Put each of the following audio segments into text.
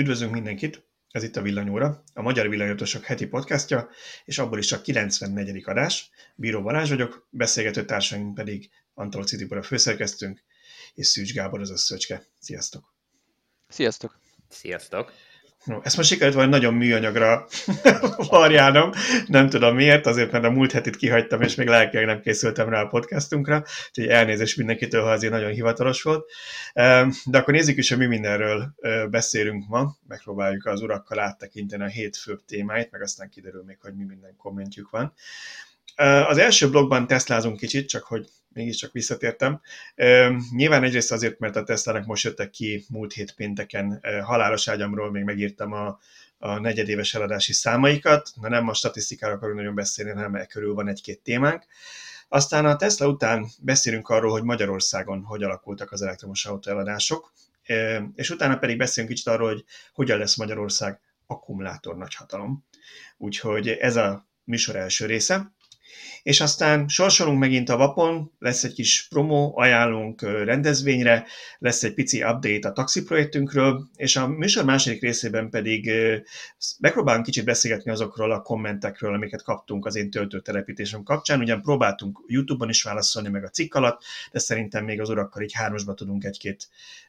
Üdvözlünk mindenkit! Ez itt a Villanyóra, a Magyar Villanyautósok heti podcastja, és abból is a 94. adás. Bíró Balázs vagyok, beszélgető társaink pedig Antolci Tibor a főszerkesztőnk, és Szűcs Gábor az Összöcske. Sziasztok! Sziasztok! Sziasztok! No, ezt most sikerült valami nagyon műanyagra varjálnom, nem tudom miért, azért mert a múlt hetit kihagytam, és még lelkileg nem készültem rá a podcastunkra, úgyhogy elnézést mindenkitől, ha azért nagyon hivatalos volt. De akkor nézzük is, hogy mi mindenről beszélünk ma, megpróbáljuk az urakkal áttekinteni a hét főbb témáit, meg aztán kiderül még, hogy mi minden kommentjük van. Az első blogban teszlázunk kicsit, csak hogy mégiscsak visszatértem. Nyilván egyrészt azért, mert a Teslának most jöttek ki múlt hét pénteken halálos ágyamról, még megírtam a negyedéves eladási számaikat, de nem a statisztikára akarunk nagyon beszélni, hanem körül van egy-két témánk. Aztán a Tesla után beszélünk arról, hogy Magyarországon hogy alakultak az elektromos autóeladások, és utána pedig beszélünk kicsit arról, hogy hogyan lesz Magyarország akkumulátor nagyhatalom. Úgyhogy ez a műsor első része. És aztán sorsolunk megint a vapon, lesz egy kis promo, ajánlunk rendezvényre, lesz egy pici update a taxi projektünkről, és a műsor második részében pedig megpróbálunk kicsit beszélgetni azokról a kommentekről, amiket kaptunk az én töltőtelepítésem kapcsán. Ugyan próbáltunk YouTube-on is válaszolni meg a cikk alatt, de szerintem még az urakkal így hármasba tudunk egy-két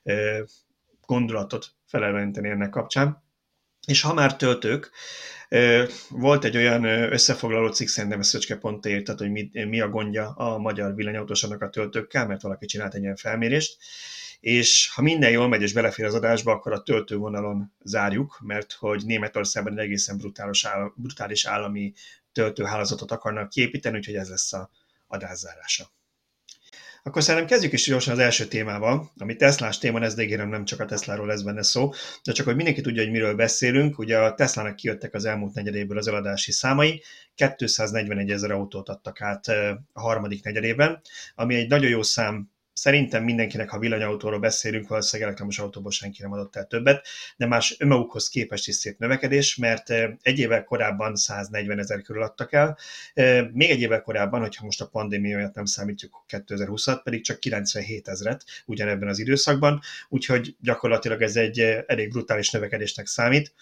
gondolatot felelőenteni ennek kapcsán. És ha már töltők, volt egy olyan összefoglaló cikk, szerintem a Szöcske.hu írtad, hogy mi a gondja a magyar villanyautósoknak a töltőkkel, mert valaki csinált egy ilyen felmérést, és ha minden jól megy és belefér az adásba, akkor a töltővonalon zárjuk, mert hogy Németországban egy egészen brutális állami töltőhálózatot akarnak kiépíteni, úgyhogy ez lesz a adás zárása. Akkor szerintem kezdjük is gyorsan az első témával, ami Teslás téma, ez ígérem, nem csak a Tesláról lesz benne szó, de csak hogy mindenki tudja, hogy miről beszélünk, ugye a Teslának kijöttek az elmúlt negyedéből az eladási számai, 241 000 autót adtak át a harmadik negyedében, ami egy nagyon jó szám. Szerintem mindenkinek, ha villanyautóról beszélünk, valószínűleg elektromos autóból senki nem adott el többet, de más önmagukhoz képest is szép növekedés, mert egy évvel korábban 140 000 körül adtak el, még egy évvel korábban, hogyha most a pandémia miatt nem számítjuk 2020-at, pedig csak 97 000 ugyanebben az időszakban, úgyhogy gyakorlatilag ez egy elég brutális növekedésnek számít,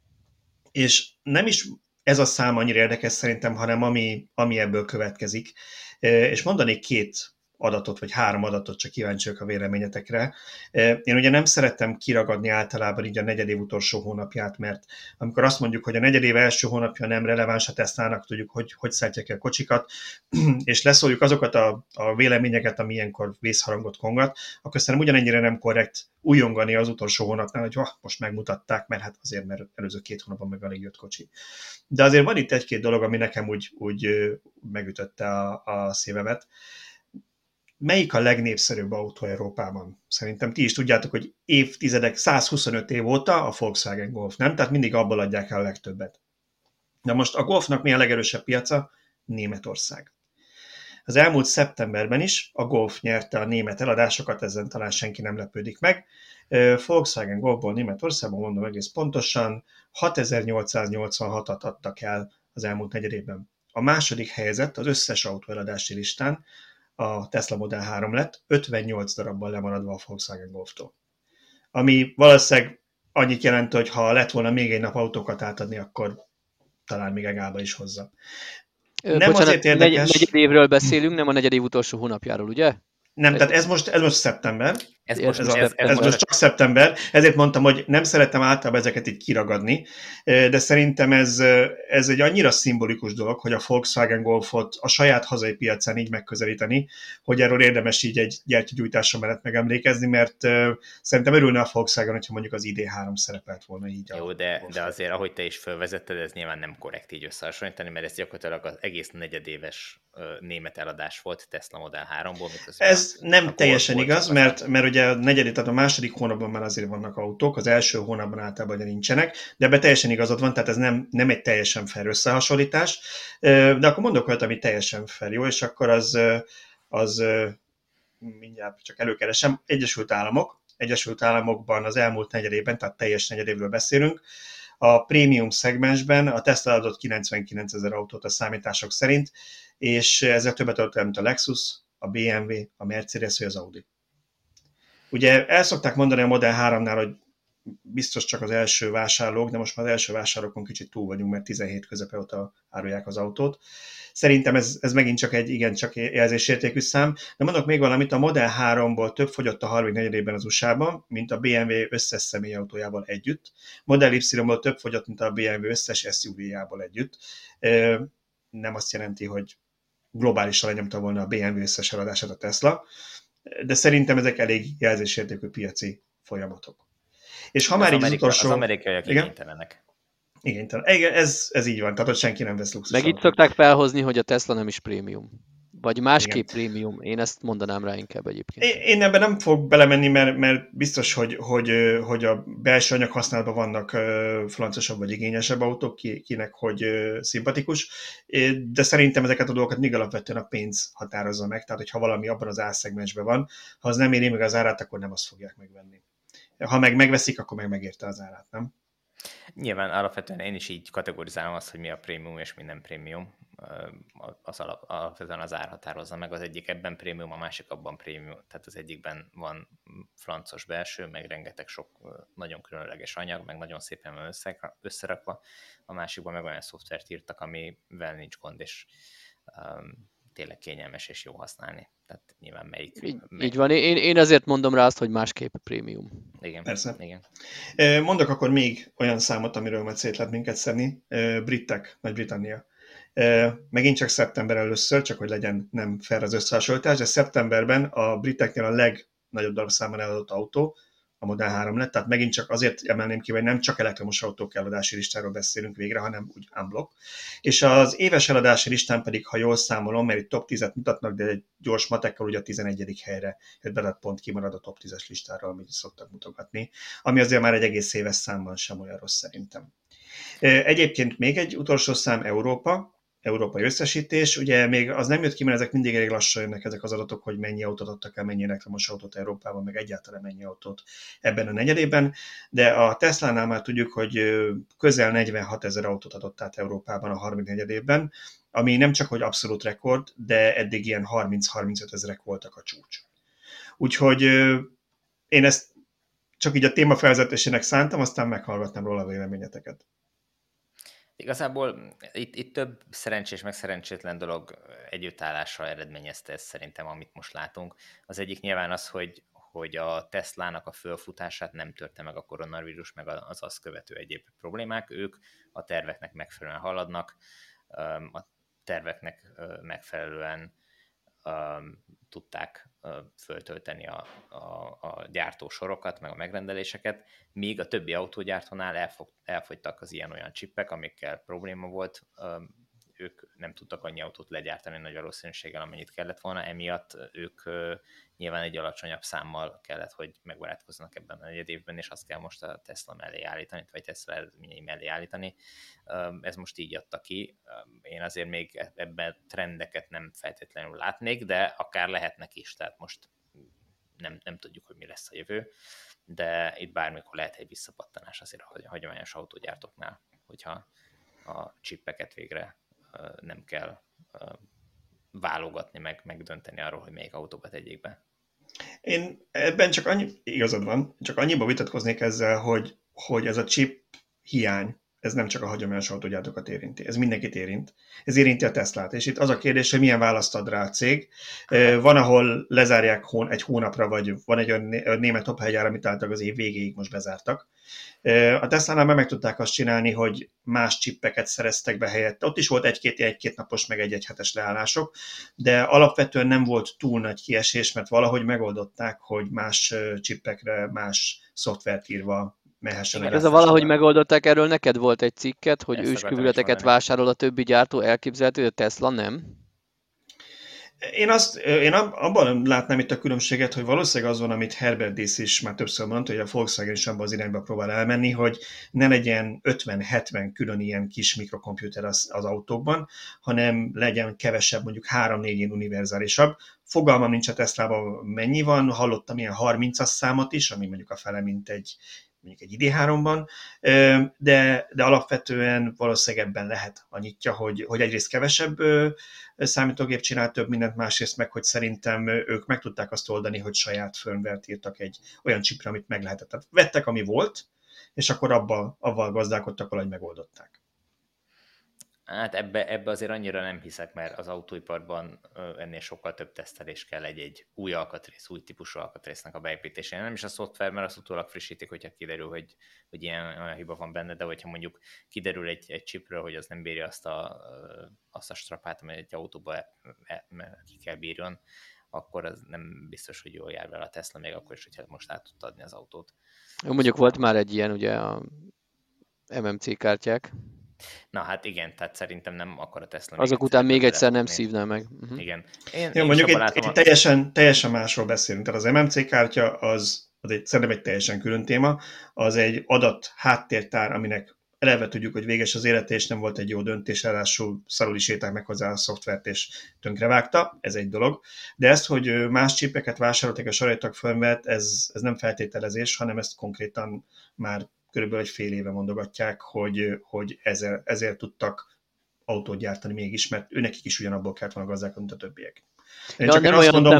és nem is ez a szám annyira érdekes szerintem, hanem ami ebből következik, és mondanék két adatot, vagy 3 adatot, csak kíváncsi vagyok a véleményetekre. Én ugye nem szerettem kiragadni általában így a negyedév utolsó hónapját, mert amikor azt mondjuk, hogy a negyedév első hónapja nem releváns a Teslának, tudjuk, hogy szállítják el kocsikat, és leszóljuk azokat a véleményeket, ami ilyenkor vészharangot kongat, akkor szerintem ugyanennyire nem korrekt újongani az utolsó hónapnál, hogy most megmutatták, mert hát azért, mert előző 2 hónapban meg alig jött kocsi. De azért van itt egy-két dolog, ami nekem úgy megütötte a szívemet. Melyik a legnépszerűbb autó Európában? Szerintem ti is tudjátok, hogy évtizedek, 125 év óta a Volkswagen Golf, nem? Tehát mindig abból adják el a legtöbbet. De most a Golfnak mi a legerősebb piaca? Németország. Az elmúlt szeptemberben is a Golf nyerte a német eladásokat, ezen talán senki nem lepődik meg. Volkswagen Golfból Németországban, mondom egész pontosan, 6886-at adtak el az elmúlt negyedévben. A második helyzet az összes autóeladási listán a Tesla Model 3 lett, 58 darabbal lemaradva a Volkswagen Golftól. Ami valószínűleg annyit jelent, hogy ha lett volna még egy nap autókat átadni, akkor talán még egába is hozza. Nem bocsánat, azért érdekes... Negyedévről beszélünk, nem a negyedév utolsó hónapjáról, ugye? Nem, tehát ez most szeptember. Ez most csak szeptember, ezért mondtam, hogy nem szeretem általában ezeket így kiragadni, de szerintem ez egy annyira szimbolikus dolog, hogy a Volkswagen Golfot a saját hazai piacán így megközelíteni, hogy erről érdemes így egy gyertyagyújtása mellett megemlékezni, mert szerintem örülne a Volkswagen, hogyha mondjuk az ID3 szerepelt volna így. Jó, de azért, ahogy te is felvezetted, ez nyilván nem korrekt így összehasonlítani, mert ez gyakorlatilag az egész negyedéves német eladás volt Tesla Model 3-ból. Ez nem teljesen igaz, mert ugye a negyedik, tehát a második hónapban már azért vannak autók, az első hónapban általában nincsenek, de ebben teljesen igazad van, tehát ez nem egy teljesen fair összehasonlítás, de akkor mondok olyat, ami teljesen fair, jó, és akkor az mindjárt csak előkeresem, Egyesült Államokban az elmúlt negyedében, tehát teljes negyedévről beszélünk, a prémium szegmensben a Tesla adott 99 000 autót a számítások szerint, és ezzel többet adott, mint a Lexus, a BMW, a Mercedes vagy az Audi. Ugye el szokták mondani a Model 3-nál, hogy biztos csak az első vásárlók, de most már az első vásárlókon kicsit túl vagyunk, mert 17 közepe óta árulják az autót. Szerintem ez megint csak egy igencsak jelzésértékű szám, de mondok még valamit, a Model 3-ból több fogyott a 34-ben az USA-ban, mint a BMW összes személyautójával együtt. Model Y-ból több fogyott, mint a BMW összes SUV-jából együtt. Nem azt jelenti, hogy globálisan lenyomta volna a BMW összes eladását a Tesla, de szerintem ezek elég jelzésértékű piaci folyamatok. És ha már így az amerikaiak igénytelenek. Igen, ez így van, tehát ott senki nem vesz luxus. Meg itt szokták felhozni, hogy a Tesla nem is prémium. Vagy másképp prémium. Én ezt mondanám rá inkább egyébként. Én ebben nem fog belemenni, mert biztos, hogy a belső anyag használatban vannak francosabb vagy igényesebb autók, kinek hogy szimpatikus, de szerintem ezeket a dolgokat még alapvetően a pénz határozza meg, tehát hogyha valami abban az árszegmensben van, ha az nem éri meg az árát, akkor nem azt fogják megvenni. Ha megveszik, akkor megérte az árát, nem? Nyilván alapvetően én is így kategorizálom azt, hogy mi a prémium és mi nem prémium. Alapvetően az ár határozza meg, az egyik ebben prémium, a másik abban prémium. Tehát az egyikben van francos belső, meg rengeteg sok nagyon különleges anyag, meg nagyon szépen van összerakva, a másikban meg olyan szoftvert írtak, amivel nincs gond, és tényleg kényelmes és jó használni. Tehát nyilván melyik... Így van, én azért mondom rá azt, hogy másképp prémium. Igen. Persze. Igen. Mondok akkor még olyan számot, amiről majd szét lehet minket szedni. Britek, Nagy-Britannia. Megint csak szeptember először, csak hogy legyen nem fair az összehasonlítás, de szeptemberben a briteknél a legnagyobb darabszámban eladott autó a Model 3 lett, tehát megint csak azért emelném ki, hogy nem csak elektromos autók eladási listáról beszélünk végre, hanem úgy unblock. És az éves eladási listán pedig, ha jól számolom, mert itt top 10-et mutatnak, de egy gyors matekkal ugye a 11. helyre jött be, tehát pont kimarad a top 10-es listáról, amit szoktak mutogatni, ami azért már egy egész éves számban sem olyan rossz szerintem. Egyébként még egy utolsó szám európai összesítés, ugye még az nem jött ki, mert ezek mindig elég lassan jönnek ezek az adatok, hogy mennyi autót adtak el, mennyi elektromos autót Európában, meg egyáltalán mennyi autót ebben a negyedében, de a Teslánál már tudjuk, hogy közel 46 000 autót adott át Európában a 34 évben, ami nem csak hogy abszolút rekord, de eddig ilyen 30-35 000 voltak a csúcs. Úgyhogy én ezt csak így a téma felvezetésének szántam, aztán meghallgatnám róla a véleményeteket. Igazából itt több szerencsés, meg szerencsétlen dolog együttállással eredményezte ezt szerintem, amit most látunk. Az egyik nyilván az, hogy a Teslának a fölfutását nem törte meg a koronavírus, meg az azt követő egyéb problémák. Ők a terveknek megfelelően haladnak, a terveknek megfelelően tudták föltölteni a gyártósorokat, meg a megrendeléseket, míg a többi autógyártónál elfogytak az ilyen-olyan csippek, amikkel probléma volt, ők nem tudtak annyi autót legyártani nagy valószínűséggel, amennyit kellett volna, emiatt ők nyilván egy alacsonyabb számmal kellett, hogy megbarátkozzanak ebben a negyed évben, és azt kell most a Tesla mellé állítani, vagy Tesla eredményei mellé állítani. Ez most így adta ki. Én azért még ebben trendeket nem feltétlenül látnék, de akár lehetnek is, tehát most nem tudjuk, hogy mi lesz a jövő, de itt bármikor lehet egy visszapattanás azért a hagyományos autógyártóknál, hogyha a csippeket végre nem kell válogatni, meg dönteni arról, hogy melyik autóba tegyék be. Én ebben csak igazad van, csak annyiba vitatkoznék ezzel, hogy ez a chip hiány, ez nem csak a hagyományos autógyártókat érinti, ez mindenkit érint. Ez érinti a Teslát, és itt az a kérdés, hogy milyen választ ad rá a cég. Van, ahol lezárják egy hónapra, vagy van egy olyan német tophelygyár, amit általában az év végéig most bezártak. A Teslánál meg tudták azt csinálni, hogy más csippeket szereztek be helyette. Ott is volt egy-két napos, meg egy hetes leállások, de alapvetően nem volt túl nagy kiesés, mert valahogy megoldották, hogy más csippekre, más szoftvert írva mehessen. Ez a valahogy megoldották, erről neked volt egy cikket, hogy őskövületeket vásárol a többi gyártó, elképzelhető, hogy a Tesla nem? Én abban látnám itt a különbséget, hogy valószínűleg az van, amit Herbert Diess is már többször mondta, hogy a Volkswagen is abban az irányba próbál elmenni, hogy ne legyen 50-70 külön ilyen kis mikrokomputer az autókban, hanem legyen kevesebb, mondjuk 3-4 ilyen univerzálisabb. Fogalmam nincs a Teslában mennyi van, hallottam ilyen 30-as számot is, ami mondjuk a fele mint egy mondjuk egy ID3-ban, de alapvetően valószínűleg ebben lehet a nyitja, hogy egyrészt kevesebb számítógép csinál több mindent, másrészt meg, hogy szerintem ők meg tudták azt oldani, hogy saját firmware-t írtak egy olyan chipre, amit meg lehetett. Tehát vettek, ami volt, és akkor avval gazdálkodtak, valahogy megoldották. Hát ebbe azért annyira nem hiszek, mert az autóiparban ennél sokkal több tesztelés kell egy új alkatrész, új típusú alkatrésznek a beépítésére. Nem is a szoftver, mert azt utólag frissítik, hogyha kiderül, hogy olyan hiba van benne, de hogyha mondjuk kiderül egy chipről, hogy az nem bírja azt a strapát, amely egy autóba ki kell bírjon, akkor az nem biztos, hogy jól jár vele a Tesla, még akkor is, hogyha most át tudta adni az autót. Jó, mondjuk volt már egy ilyen, ugye a MMC kártyák. Na hát igen, tehát szerintem nem akar a Tesla. Azok után még egyszer nem szívnál meg. Igen. Jó, mondjuk itt teljesen másról beszélünk. Tehát az MMC kártya az szerintem egy teljesen külön téma. Az egy adat háttértár, aminek eleve tudjuk, hogy véges az élete, és nem volt egy jó döntés, ráadásul szarul is írták meg hozzá a szoftvert, és tönkrevágta, ez egy dolog. De ezt, hogy más csipeket vásároltak és sarjáltak firmware-t, ez nem feltételezés, hanem ezt konkrétan már körülbelül egy fél éve mondogatják, hogy ezért tudtak autót gyártani mégis, mert őnekik is ugyanabból kellett volna gazdálkodni, mint a többiek. Nem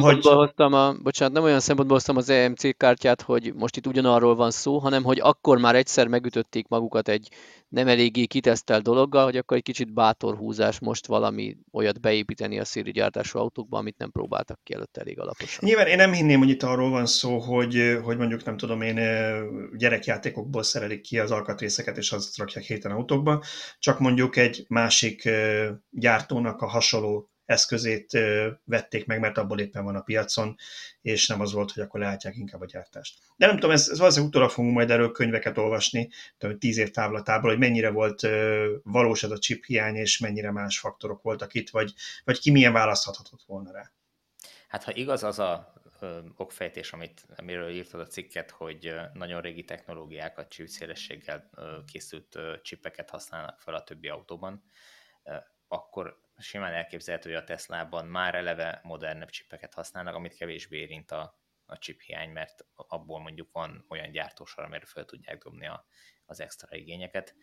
olyan szempontból hoztam az EMC kártyát, hogy most itt ugyanarról van szó, hanem hogy akkor már egyszer megütötték magukat egy nem eléggé kitesztelt dologgal, hogy akkor egy kicsit bátor húzás most valami olyat beépíteni a szérigyártású autókba, amit nem próbáltak ki előtt elég alaposan. Nyilván én nem hinném, hogy itt arról van szó, hogy mondjuk nem tudom én gyerekjátékokból szerelik ki az alkatrészeket, és azt rakják héten autókba, csak mondjuk egy másik gyártónak a hasonló eszközét vették meg, mert abból éppen van a piacon, és nem az volt, hogy akkor leálltják inkább a gyártást. De nem tudom, ez valószínűleg utólag fogunk majd erről könyveket olvasni, 10 év távlatából, hogy mennyire volt valós ez a chip hiány, és mennyire más faktorok voltak itt, vagy ki milyen választhatott volna rá. Hát ha igaz az a okfejtés, amiről írtad a cikket, hogy nagyon régi technológiákat, csípszélességgel készült csipeket használnak fel a többi autóban, akkor simán elképzelhető, hogy a Teslában már eleve modernebb csipeket használnak, amit kevésbé érint a chip hiány, mert abból mondjuk van olyan gyártósor, amire fel tudják dobni az extra igényeket,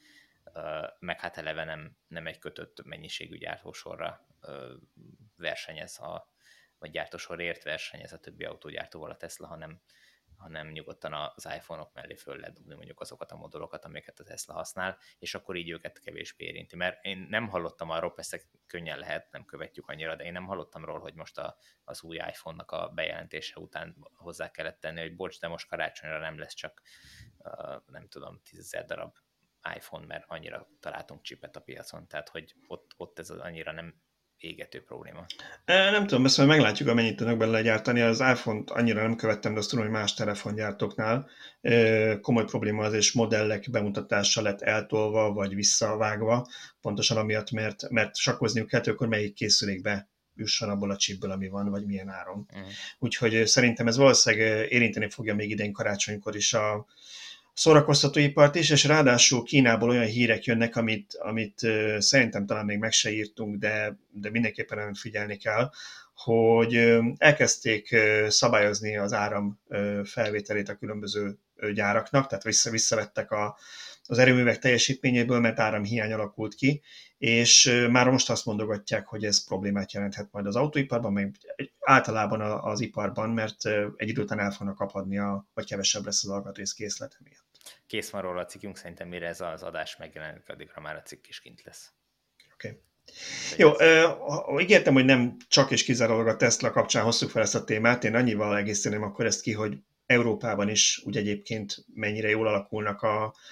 meg hát eleve nem egy kötött mennyiségű gyártósorra versenyez, vagy gyártósorért versenyez a többi autógyártóval a Tesla, hanem nyugodtan az iPhone-ok mellé föl lehet dobni mondjuk azokat a modulokat, amiket a Tesla használ, és akkor így őket kevésbé érinti. Mert én nem hallottam arról, persze könnyen lehet, nem követjük annyira, de én nem hallottam róla, hogy most az új iPhone-nak a bejelentése után hozzá kellett tenni, hogy bocs, de most karácsonyra nem lesz csak nem tudom, 10 000 darab iPhone, mert annyira találtunk chipet a piacon, tehát hogy ott ez annyira nem égető probléma. Nem tudom, ezt majd meglátjuk, amennyit tudnak belőle gyártani. Az iPhone-t annyira nem követtem, de azt tudom, hogy más telefongyártóknál komoly probléma az, és modellek bemutatása lett eltolva, vagy visszavágva, pontosan amiatt, mert sakkozniuk kell, akkor melyik készülékbe jusson abból a chipből, ami van, vagy milyen áron. Úgyhogy szerintem ez valószínűleg érinteni fogja még idén karácsonykor is a szórakoztatóipart is, és ráadásul Kínából olyan hírek jönnek, amit szerintem talán még meg se írtunk, de mindenképpen figyelni kell, hogy elkezdték szabályozni az áram felvételét a különböző gyáraknak, tehát visszavettek az erőművek teljesítményéből, mert áramhiány alakult ki, és már most azt mondogatják, hogy ez problémát jelenthet majd az autóiparban, meg általában az iparban, mert egy idő után el fognak apadni, vagy kevesebb lesz az alkatrész készlete miatt. Kész van róla a cikkünk, szerintem mire ez az adás megjelenik, addigra már a cikk is kint lesz. Oké. Jó, ígértem, hogy nem csak és kizárólag a Tesla kapcsán hosszuk fel ezt a témát, én annyival egészíteném akkor ezt ki, hogy Európában is úgy egyébként mennyire jól alakulnak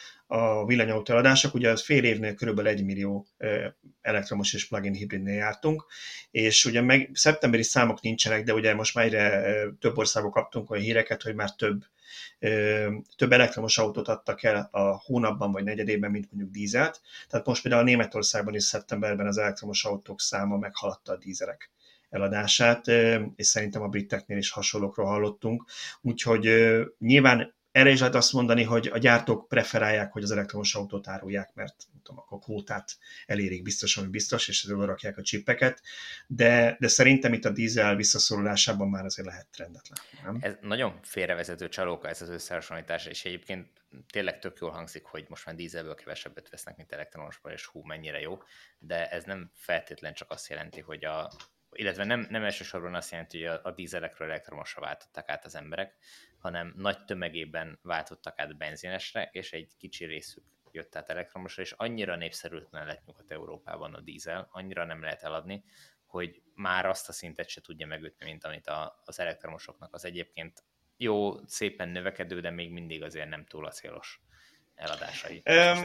a villanyautó eladások. Ugye az fél évnél körülbelül 1 millió elektromos és plug-in hibridnél jártunk, és ugye szeptemberi számok nincsenek, de ugye most már egyre több országból kaptunk olyan híreket, hogy már több elektromos autót adtak el a hónapban vagy negyedében, mint mondjuk dízelt. Tehát most például Németországban is szeptemberben az elektromos autók száma meghaladta a dízelek eladását, és szerintem a briteknél is hasonlókról hallottunk. Úgyhogy nyilván erre is lehet azt mondani, hogy a gyártók preferálják, hogy az elektromos autót árulják, mert nem tudom, akkor kvótát elérik biztos, ami biztos, és ezzel rakják a csippeket, de szerintem itt a dízel visszaszorulásában már azért lehet trendet látni, nem? Ez nagyon félrevezető csalóka ez az összehasonlítás, és egyébként tényleg tök jól hangzik, hogy most már dízelből kevesebbet vesznek, mint elektromosból, és hú, mennyire jó, de ez nem feltétlen csak azt jelenti, hogy illetve nem elsősorban azt jelenti, hogy a dízelekről elektromosra váltottak át az emberek, hanem nagy tömegében váltottak át benzinesre, és egy kicsi részük jött át elektromosra, és annyira népszerűtlen lett Nyugat-Európában a dízel, annyira nem lehet eladni, hogy már azt a szintet se tudja megütni, mint amit az elektromosoknak az egyébként jó, szépen növekedő, de még mindig azért nem túl acélos eladásai.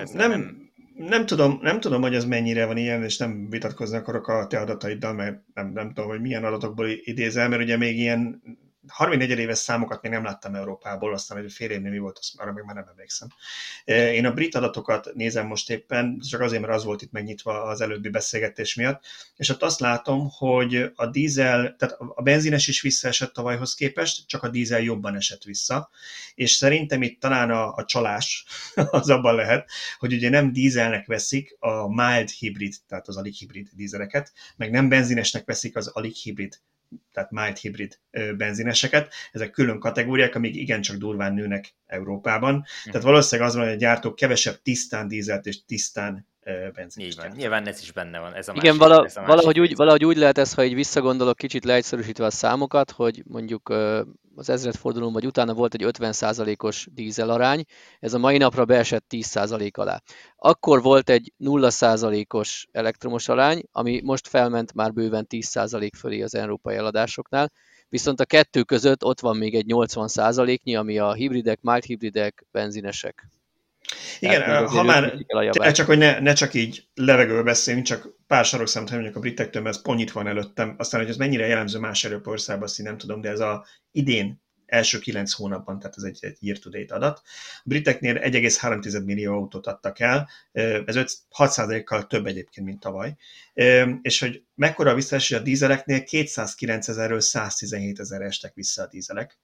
Nem tudom, hogy ez mennyire van ilyen, és nem vitatkozni akarok a te adataiddal, mert nem tudom, hogy milyen adatokból idézel, mert ugye még ilyen 34 éves számokat még nem láttam Európából, aztán egy fél évnél mi volt, arra még már nem emlékszem. Én a brit adatokat nézem most éppen, csak azért, mert az volt itt megnyitva az előbbi beszélgetés miatt, és ott azt látom, hogy a dízel, tehát a benzines is visszaesett tavalyhoz képest, csak a dízel jobban esett vissza, és szerintem itt talán a csalás az abban lehet, hogy ugye nem dízelnek veszik a mild hibrid, tehát az alig hibrid dízeleket, meg nem benzinesnek veszik az alig hibrid, tehát mild hibrid benzineseket. Ezek külön kategóriák, amik igencsak durván nőnek Európában. Tehát valószínűleg az van, hogy a gyártók kevesebb tisztán dízelt és tisztán benzines. Nyilván ez is benne van. Ez a igen, másik, valahogy úgy lehet ez, ha így visszagondolok kicsit leegyszerűsítve a számokat, hogy mondjuk az ezredfordulón vagy utána volt egy 50%-os dízel arány, ez a mai napra beesett 10% alá. Akkor volt egy 0%-os elektromos arány, ami most felment már bőven 10% fölé az európai eladásoknál, viszont a kettő között ott van még egy 80%-nyi, ami a hibridek, mild hibridek, benzinesek. Igen, ha már csak, hogy ne csak így levegőbe beszélünk, csak pár sarokszámot mondjuk a britektől, mert ez pont itt van előttem, aztán, hogy ez mennyire jellemző más Európai országban, azt nem tudom, de ez a idén első 9 hónapban, tehát ez egy year-to-date adat. A briteknél 1,3 millió autót adtak el, ez 6%-kal több egyébként, mint tavaly. És hogy mekkora a visszaesés a dízeleknél, 209 000-ről 117 000-re estek vissza a dízelek.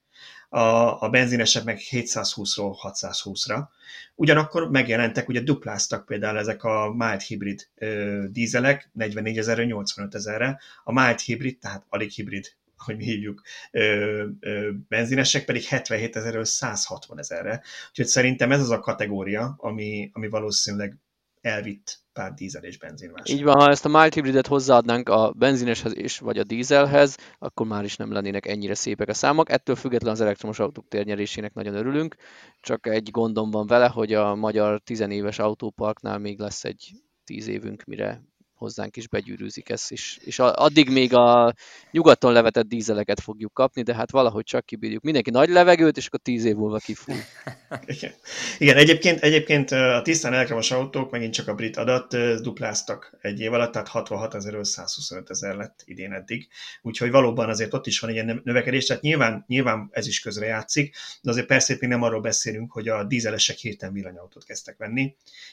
A benzinesek meg 720-ról 620-ra. Ugyanakkor megjelentek, ugye dupláztak például ezek a mild hibrid dízelek 44 000-ről 85 000-re, a mild hibrid, tehát alig hibrid, hogy mi hívjuk, benzinesek pedig 77 000-ről 160 000-re. Úgyhogy szerintem ez az a kategória, ami valószínűleg elvitt pár dízel és benzinvásárlót. Így van, ha ezt a mild hibridet hozzáadnánk a benzineshez is, vagy a dízelhez, akkor már is nem lennének ennyire szépek a számok. Ettől függetlenül az elektromos autók térnyerésének nagyon örülünk, csak egy gondom van vele, hogy a magyar 10 éves autóparknál még lesz egy 10 évünk, mire hozzánk is begyűrűzik ez is. És addig még a nyugaton levetett dízeleket fogjuk kapni, de hát valahogy csak kibírjuk. Mindenki nagy levegőt, és akkor 10 év múlva kifúj. Igen, egyébként a tisztán elektromos autók, megint csak a brit adat, dupláztak egy év alatt, tehát 66 000-ről 125 000 lett idén eddig. Úgyhogy valóban azért ott is van egy ilyen növekedés, tehát nyilván ez is közrejátszik, de azért persze még nem arról beszélünk, hogy a dízelesek hirtelen villanyautót kezdtek venni.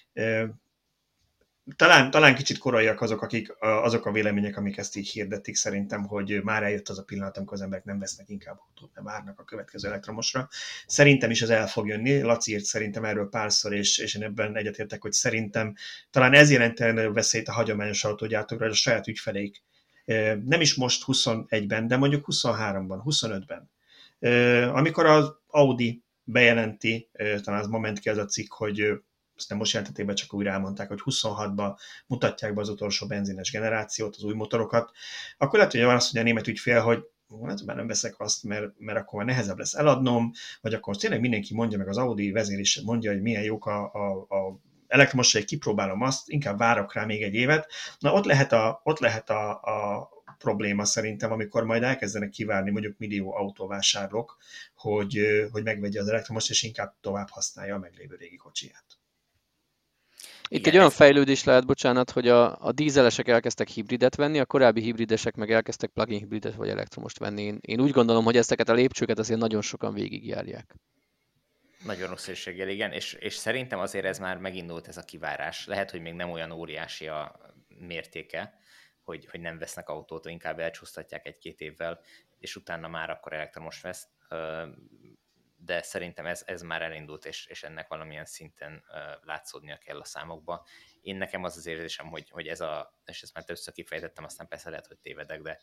Talán kicsit koraiak azok a vélemények, amik ezt így hirdetik szerintem, hogy már eljött az a pillanat, amikor az emberek nem vesznek inkább autót, nem várnak a következő elektromosra. Szerintem is ez el fog jönni. Laci írt szerintem erről párszor, és én ebben egyetértek, hogy szerintem talán ez jelentene veszélyt a hagyományos autógyártókra, a saját ügyfeleik. Nem is most 21-ben, de mondjuk 23-ban, 25-ben. Amikor az Audi bejelenti, talán az moment ki az a cikk, hogy aztán most jelentetében csak újra elmondták, hogy 26-ban mutatják be az utolsó benzines generációt, az új motorokat, akkor lehet, hogy van azt, hogy a német ügyfél, hogy hát már nem veszek azt, mert akkor már nehezebb lesz eladnom, vagy akkor tényleg mindenki mondja, meg az Audi vezér is mondja, hogy milyen jók a elektromosra, hogy kipróbálom azt, inkább várok rá még egy évet. Na ott lehet a probléma szerintem, amikor majd elkezdenek kivárni mondjuk millió autóvásárlók, hogy megvegye az elektromos, és inkább tovább használja a meglévő régi kocsiját. Itt igen, egy olyan fejlődés lehet, bocsánat, hogy a dízelesek elkezdtek hibridet venni, a korábbi hibridesek meg elkezdtek plug-in hibridet vagy elektromost venni. Én úgy gondolom, hogy ezeket a lépcsőket azért nagyon sokan végigjárják. Nagyon rossz érséggel, igen, és szerintem azért ez már megindult ez a kivárás. Lehet, hogy még nem olyan óriási a mértéke, hogy nem vesznek autót, inkább elcsúsztatják 1-2 évvel, és utána már akkor elektromos vesz. de szerintem ez már elindult, és ennek valamilyen szinten látszódnia kell a számokba. Nekem az érzésem, hogy ez és ezt már többször kifejtettem, aztán persze lehet, hogy tévedek, de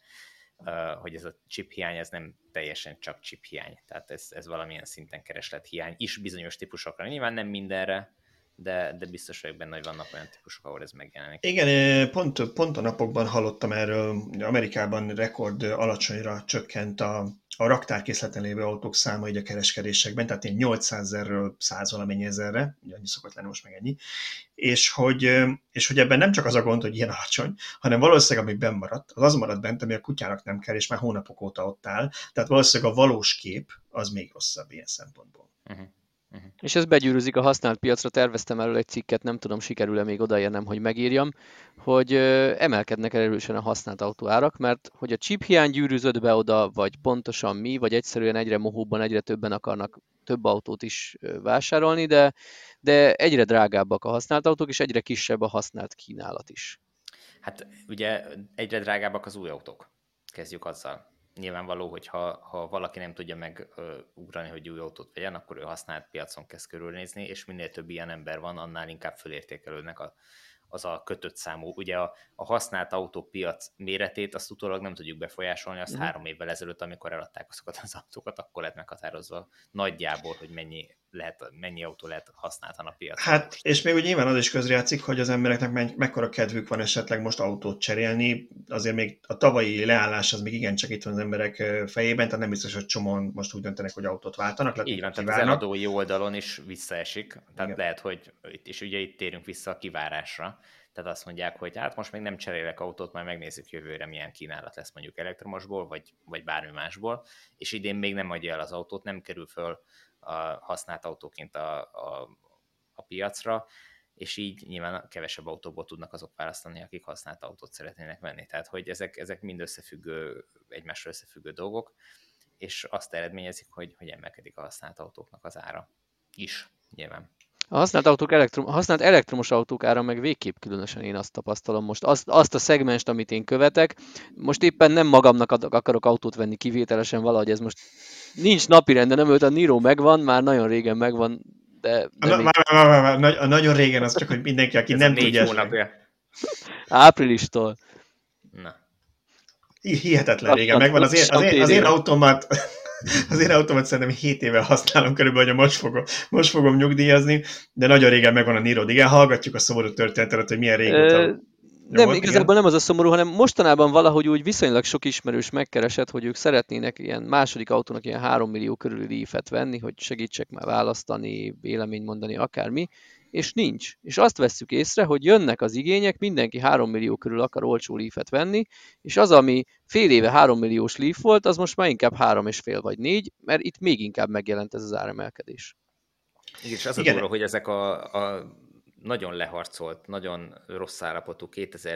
hogy ez a chip hiány, ez nem teljesen csak chip hiány. Tehát ez valamilyen szinten kereslet hiány is bizonyos típusokra. Nyilván nem mindenre, de biztos vagyok benne, hogy vannak olyan típusok, ahol ez megjelenik. Igen, pont a napokban hallottam erről, Amerikában rekord alacsonyra csökkent a raktárkészleten lévő autók száma így a kereskedésekben, tehát ilyen 800 000-ről 100 valamennyi ezerre, ugye annyi szokott lenni most meg ennyi, és hogy ebben nem csak az a gond, hogy ilyen alacsony, hanem valószínűleg ami benn maradt, az maradt bent, ami a kutyának nem kell, és már hónapok óta ott áll, tehát valószínűleg a valós kép az még rosszabb ilyen szempontból. Uh-huh. És ez begyűrűzik a használt piacra, terveztem erről egy cikket, nem tudom, sikerül-e még odaérnem, hogy megírjam, hogy emelkednek erősen a használt autóárak, mert hogy a chip hiány gyűrűzött be oda, vagy pontosan mi, vagy egyszerűen egyre mohóbban, egyre többen akarnak több autót is vásárolni, de egyre drágábbak a használt autók, és egyre kisebb a használt kínálat is. Hát ugye egyre drágábbak az új autók. Kezdjük azzal. Nyilvánvaló, hogy ha valaki nem tudja megugrani, hogy új autót vegyen, akkor ő használt piacon kezd körülnézni, és minél több ilyen ember van, annál inkább fölértékelődnek az a kötött számú. Ugye a használt autópiac méretét azt utólag nem tudjuk befolyásolni, azt 3 évvel ezelőtt, amikor eladták azokat az autókat, akkor lett meghatározva nagyjából, hogy mennyi autó lehet használtan a piacon. Hát, most. És még úgy nyilván az is közrejátszik, hogy az embereknek mekkora kedvük van esetleg most autót cserélni, azért még a tavalyi leállás az még igencsak itt van az emberek fejében, tehát nem biztos, hogy csomóan most úgy döntenek, hogy autót váltanak. Így van, tehát az eladói oldalon is visszaesik, tehát igen. Lehet, hogy és ugye itt térünk vissza a kivárásra, tehát azt mondják, hogy hát most még nem cserélek autót, majd megnézzük jövőre milyen kínálat lesz mondjuk elektromosból, vagy bármi másból, és idén még nem adja el az autót, nem kerül föl a használt autóként a piacra, és így nyilván kevesebb autóból tudnak azok választani, akik használt autót szeretnének venni. Tehát, hogy ezek mind egymással összefüggő dolgok, és azt eredményezik, hogy emelkedik a használt autóknak az ára is, nyilván. A használt elektromos autók ára meg végképp különösen én azt tapasztalom most. Azt a szegmenst, amit én követek, most éppen nem magamnak akarok autót venni kivételesen, valahogy ez most nincs napirenden, nem a Niro megvan, már nagyon régen megvan, de... Nagyon régen az csak, hogy mindenki, aki nem tudja... Hónapja. Áprilistól. Na. Hihetetlen régen megvan. Az én automat... Az én automat szerintem 7 éve használom körülbelül, hogy most fogom nyugdíjazni, de nagyon régen megvan a Niro. Igen, hallgatjuk a szomorú történetet, hogy milyen régóta. Nem, igazából nem az a szomorú, hanem mostanában valahogy úgy viszonylag sok ismerős megkeresett, hogy ők szeretnének ilyen második autónak ilyen 3 millió körüli Leafet venni, hogy segítsek már választani, véleményt mondani, akármi, és nincs. És azt vesszük észre, hogy jönnek az igények, mindenki 3 millió körül akar olcsó Leafet venni, és az, ami fél éve 3 milliós Leaf volt, az most már inkább 3,5 vagy 4, mert itt még inkább megjelent ez az áremelkedés. Igen, és az a durva, hogy ezek a nagyon leharcolt, nagyon rossz állapotú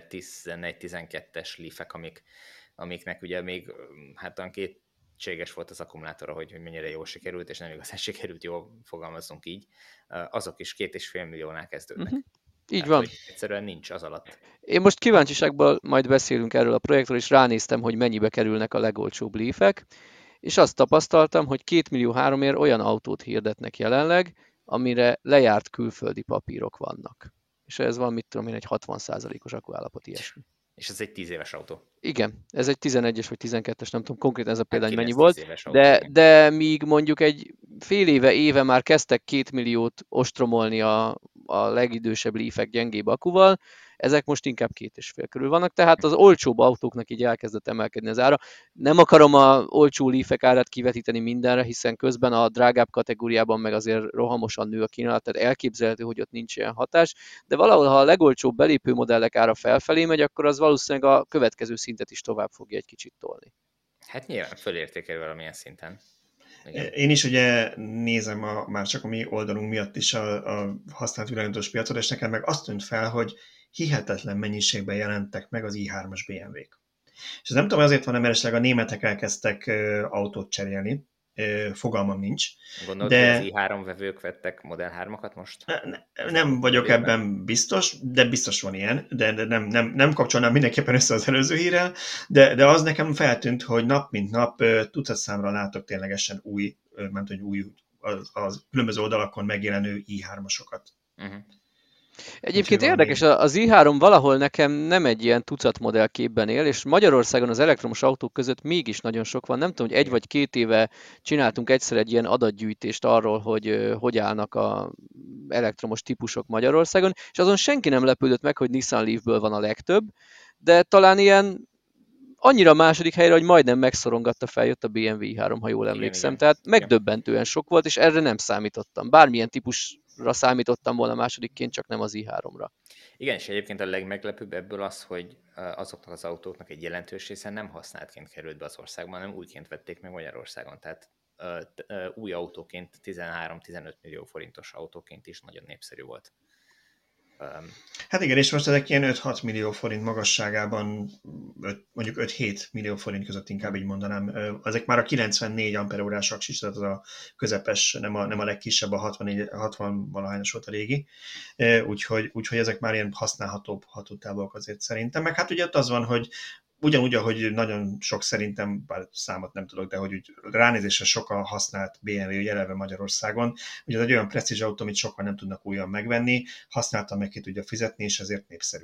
2011-12-es Leafek, amiknek ugye még hát olyan kétséges volt az akkumulátora, hogy mennyire jól sikerült, és nem igazán sikerült, jól fogalmazzunk így, azok is 2,5 milliónál kezdődnek. Így van. Egyszerűen nincs az alatt. Én most kíváncsiságból majd beszélünk erről a projektről, és ránéztem, hogy mennyibe kerülnek a legolcsóbb Leafek, és azt tapasztaltam, hogy 2,3 millió olyan autót hirdetnek jelenleg, amire lejárt külföldi papírok vannak. És ez van, mit tudom én, egy 60%-os akkuállapot, ilyesmi. És ez egy 10 éves autó. Igen, ez egy 11-es vagy 12-es, nem tudom konkrétan ez a példány mennyi 9-10 volt, autó, de míg mondjuk egy fél éve már kezdtek 2 milliót ostromolni a legidősebb Leafek gyengébb akkuval, ezek most inkább 2,5 körül vannak, tehát az olcsóbb autóknak így elkezdett emelkedni az ára. Nem akarom a olcsó Leafek árát kivetíteni mindenre, hiszen közben a drágább kategóriában meg azért rohamosan nő a kínálat, tehát elképzelhető, hogy ott nincs ilyen hatás, de valahol, ha a legolcsóbb belépő modellek ára felfelé megy, akkor az valószínűleg a következő szintet is tovább fogja egy kicsit tolni. Hát nyilván fölértékelő valamilyen szinten. Igen. Én is ugye nézem már csak a mi oldalunk miatt is a használt villanyautós piacot, és nekem meg azt tűnt fel, hogy hihetetlen mennyiségben jelentek meg az i3-as BMW-k. És ez nem tudom, azért van, mert esetleg a németek elkezdtek autót cserélni, fogalmam nincs. Gondolod, hogy az i3 vevők vettek Model 3-akat most? Nem vagyok ebben biztos, de biztos van ilyen, de nem kapcsolnám mindenképpen össze az előző hírrel, de az nekem feltűnt, hogy nap mint nap tucatszámra látok ténylegesen új a különböző oldalakon megjelenő i3-asokat. Uh-huh. Egyébként érdekes, az i3 valahol nekem nem egy ilyen tucat modell képben él, és Magyarországon az elektromos autók között mégis nagyon sok van. Nem tudom, hogy 1 vagy 2 éve csináltunk egyszer egy ilyen adatgyűjtést arról, hogy állnak az elektromos típusok Magyarországon, és azon senki nem lepődött meg, hogy Nissan Leafből van a legtöbb, de talán ilyen annyira második helyre, hogy majdnem megszorongatta, feljött a BMW i3, ha jól emlékszem. Igen. Tehát megdöbbentően sok volt, és erre nem számítottam. Bármilyen típusra számítottam volna másodikként, csak nem az i3-ra. Igen, és egyébként a legmeglepőbb ebből az, hogy azoknak az autóknak egy jelentős része nem használtként került be az országban, hanem úgyként vették meg Magyarországon. Tehát új autóként, 13-15 millió forintos autóként is nagyon népszerű volt. Hát igen, és most ezek ilyen 5-6 millió forint magasságában, mondjuk 5-7 millió forint között inkább így mondanám. Ezek már a 94 amperórás aksis, tehát az a közepes, nem a legkisebb, a 60 valahányos volt a régi. Úgyhogy ezek már ilyen használhatóbb hatótávolak azért szerintem. Meg hát ugye ott az van, hogy ugyanúgy, ahogy nagyon sok szerintem, bár számot nem tudok, de hogy úgy ránézésre sokan használt BMW eleve Magyarországon, ugye ez egy olyan presztízs autó, amit sokan nem tudnak újra megvenni, használtan meg ki tudja fizetni, és ezért népszerű.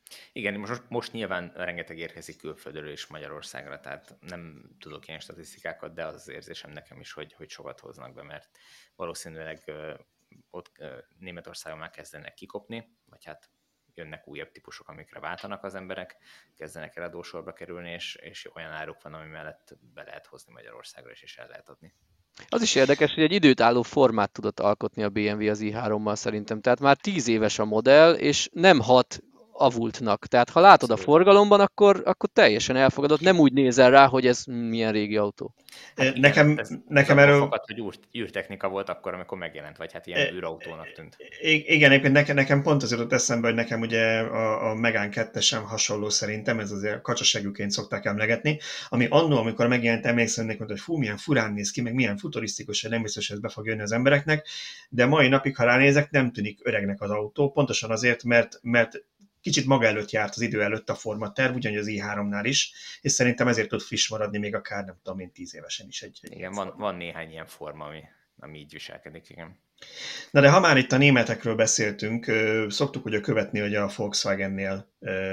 Igen, most nyilván rengeteg érkezik külföldről is Magyarországra, tehát nem tudok ilyen statisztikákat, de az érzésem nekem is, hogy sokat hoznak be, mert valószínűleg ott Németországon már kezdenek kikopni, vagy hát jönnek újabb típusok, amikre váltanak az emberek, kezdenek eladósorba kerülni, és olyan áruk van, ami mellett be lehet hozni Magyarországra is, és el lehet adni. Az is érdekes, hogy egy időtálló formát tudott alkotni a BMW az i3-mal szerintem. Tehát már 10 éves a modell, és nem hat avultnak. Tehát ha látod a forgalomban, akkor teljesen elfogadott. Nem úgy nézel rá, hogy ez milyen régi autó. Hát igen, nekem erről... Fakad, hogy űrtechnika volt akkor, amikor megjelent, vagy hát ilyen űrautónak tűnt. Igen, nekem pont az jutott eszembe, hogy nekem ugye a Megane 2 sem hasonló szerintem, ez azért kacsaságúként szokták emlegetni, ami annól, amikor megjelent, emlékszem, hogy fú, milyen furán néz ki, meg milyen futurisztikus, hogy nem biztos, hogy ez be fog jönni az embereknek, de mai napig, ha ránézek, nem tűnik öregnek az autó, pontosan azért, mert kicsit maga előtt járt az idő előtt a formaterv, ugyanúgy az i3-nál is, és szerintem ezért tud friss maradni még akár, nem tudom én, 10 évesen is. Igen, van néhány ilyen forma, ami így viselkedik, igen. Na de ha már itt a németekről beszéltünk, szoktuk ugye követni, hogy a Volkswagennél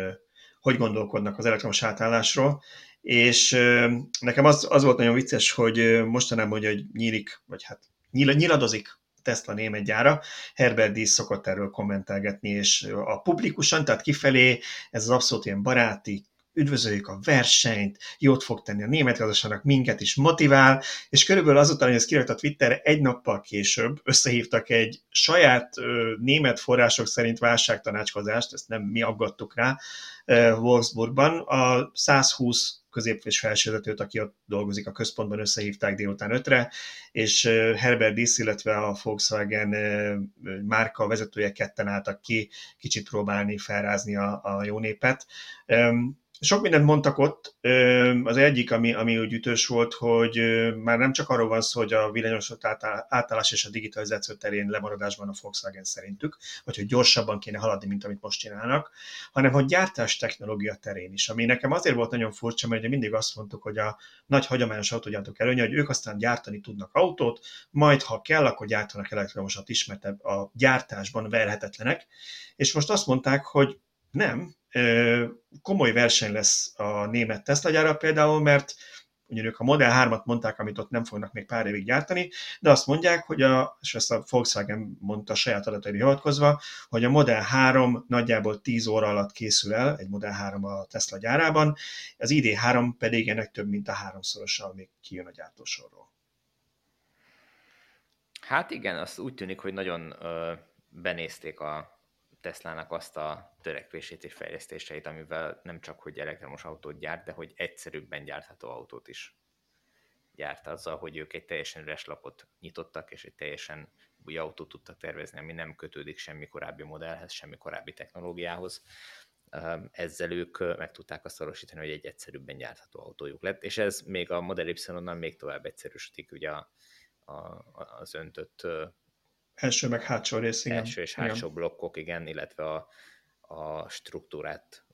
hogy gondolkodnak az elektromos átállásról, és nekem az volt nagyon vicces, hogy mostanában ugye, hogy nyílik, vagy hát nyiladozik Tesla német gyára, Herbert Diess szokott erről kommentelgetni, és a publikusan, tehát kifelé ez az abszolút ilyen baráti, üdvözöljük a versenyt, jót fog tenni a német gazdaságnak, minket is motivál, és körülbelül azután, hogy ez kirakta Twitterre, egy nappal később összehívtak egy saját német források szerint válságtanácskozást, ezt nem mi aggattuk rá, Wolfsburgban, a 120 közép- és felsővezetőt, aki ott dolgozik a központban, összehívták délután 5-re, és Herbert Diess, illetve a Volkswagen márka vezetője ketten álltak ki, kicsit próbálni felrázni a jó népet. Sok mindent mondtak ott, az egyik, ami úgy ütős volt, hogy már nem csak arról van szó, hogy a villanyos átállás és a digitalizáció terén lemaradásban a Volkswagen szerintük, vagy hogy gyorsabban kéne haladni, mint amit most csinálnak, hanem hogy gyártás technológia terén is, ami nekem azért volt nagyon furcsa, mert ugye mindig azt mondtuk, hogy a nagy hagyományos autógyártók előnye, hogy ők aztán gyártani tudnak autót, majd ha kell, akkor gyártanak elektromosat is, mert a gyártásban verhetetlenek, és most azt mondták, hogy nem, komoly verseny lesz a német Tesla gyára például, mert ugye ők a Model 3-at mondták, amit ott nem fognak még pár évig gyártani, de azt mondják, hogy és ezt a Volkswagen mondta saját adataira hivatkozva, hogy a Model 3 nagyjából 10 óra alatt készül el, egy Model 3 a Tesla gyárában, az ID3 pedig ennek több mint a 3-szorosa, amíg kijön a gyártósorról. Hát igen, azt úgy tűnik, hogy nagyon benézték a Teslának azt a törekvését és fejlesztéseit, amivel nem csak, hogy elektromos autót gyárt, de hogy egyszerűbben gyártható autót is gyárt, azzal, hogy ők egy teljesen üres lapot nyitottak, és egy teljesen új autót tudtak tervezni, ami nem kötődik semmi korábbi modellhez, semmi korábbi technológiához. Ezzel ők meg tudták azt valósítani, hogy egy egyszerűbben gyártható autójuk lett, és ez még a Model Y-nal még tovább egyszerűsödik, ugye az öntött első meg hátsó rész, igen. Első és hátsó blokkok, igen, illetve a struktúrát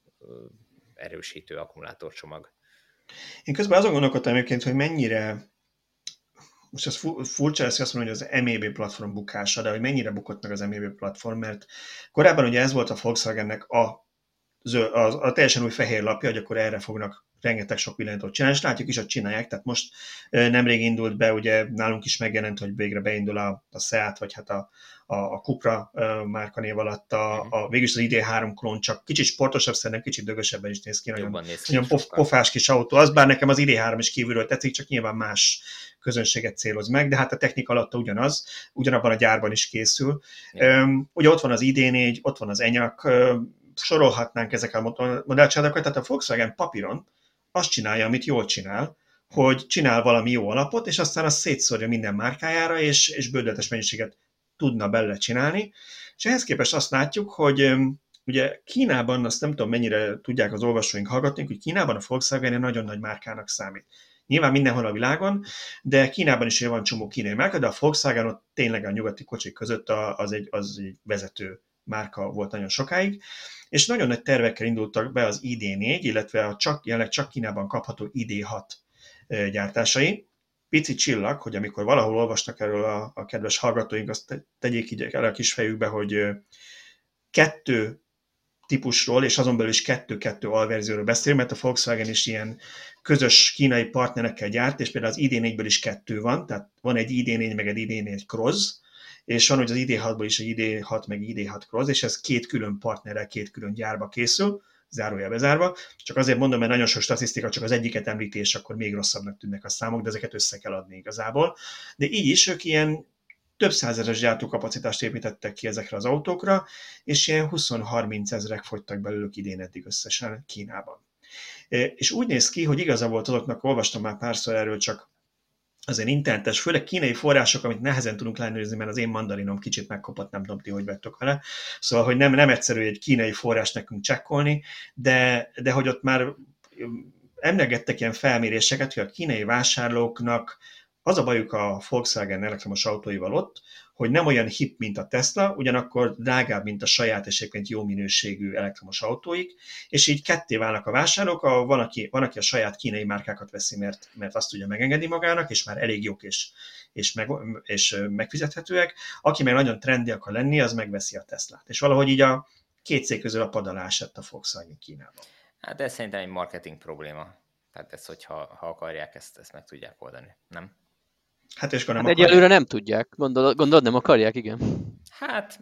erősítő akkumulátorcsomag. Én közben azon gondolkodtam egyébként, hogy mennyire most ez furcsa lesz azt mondani, hogy az MEB platform bukása, de hogy mennyire bukott meg az MEB platform, mert korábban ugye ez volt a Volkswagennek a teljesen új fehér lapja, hogy akkor erre fognak rengeteg sok villanyatot csinálni, és látjuk is, hogy csinálják, tehát most nemrég indult be, ugye nálunk is megjelent, hogy végre beindul a Seat, vagy hát a Cupra márkanév alatt végülis az ID3 klón, csak kicsit sportosabb, szerintem kicsit dögösebben is néz ki, nagyon pofás kis autó az, bár nekem az ID3 is kívülről tetszik, csak nyilván más közönséget céloz meg, de hát a technika alatt ugyanaz, ugyanabban a gyárban is készül. Ugye ott van az ID4, ott van az Enyaq, sorolhatnánk ezek a modellcsaládokat, tehát a Volkswagen papíron azt csinálja, amit jól csinál, hogy csinál valami jó alapot, és aztán azt szétszórja minden márkájára, és bődletes mennyiséget tudna belőle csinálni. És ehhez képest azt látjuk, hogy ugye Kínában, azt nem tudom mennyire tudják az olvasóink hallgatni, hogy Kínában a Volkswagen egy nagyon nagy márkának számít. Nyilván mindenhol a világon, de Kínában is van csomó kínai márka, de a Volkswagen ott tényleg a nyugati kocsik között az egy vezető márka volt nagyon sokáig, és nagyon nagy tervekkel indultak be az ID4, illetve jelenleg csak Kínában kapható ID6 gyártásai. Pici csillag, hogy amikor valahol olvasnak erről a kedves hallgatóink, azt tegyék így el a kis fejükbe, hogy 2 típusról, és azon belül is 2-2 alverzióról beszélünk, mert a Volkswagen is ilyen közös kínai partnerekkel gyárt, és például az ID4-ből is 2 van, tehát van egy ID4 meg egy ID4 Cross, és van, hogy az ID6-ból is egy ID6 meg ID6 Cross, és ez 2 külön partnerrel, 2 külön gyárba készül, zárójel bezárva. Csak azért mondom, mert nagyon sok statisztika csak az egyiket említi, és akkor még rosszabbnak tűnnek a számok, de ezeket össze kell adni igazából. De így is ők ilyen több százeres gyártókapacitást építettek ki ezekre az autókra, és ilyen 20-30 ezrek fogytak belőlük idén eddig összesen Kínában. És úgy néz ki, hogy igaza volt azoknak, olvastam már párszor erről, csak azért internetes, főleg kínai források, amit nehezen tudunk ellenőrizni, mert az én mandarinom kicsit megkopott, nem tudom ti, hogy vettek vele. Szóval, hogy nem egyszerű egy kínai forrás nekünk csekkolni, de hogy ott már emlegettek ilyen felméréseket, hogy a kínai vásárlóknak az a bajuk a Volkswagen elektromos autóival ott, hogy nem olyan hip, mint a Tesla, ugyanakkor drágább, mint a saját és egyébként jó minőségű elektromos autóik, és így ketté válnak a vásárlók, van, aki a saját kínai márkákat veszi, mert azt tudja megengedni magának, és már elég jók és megfizethetőek, aki meg nagyon trendi akar lenni, az megveszi a Teslát. És valahogy így a két cég közül a pad alá esett a Volkswagen Kínában. Hát ez szerintem egy marketing probléma. Tehát ez, hogyha akarják, ezt meg tudják oldani, nem? Hát és akkor nem egyelőre nem tudják. Gondolod, nem akarják, igen. Hát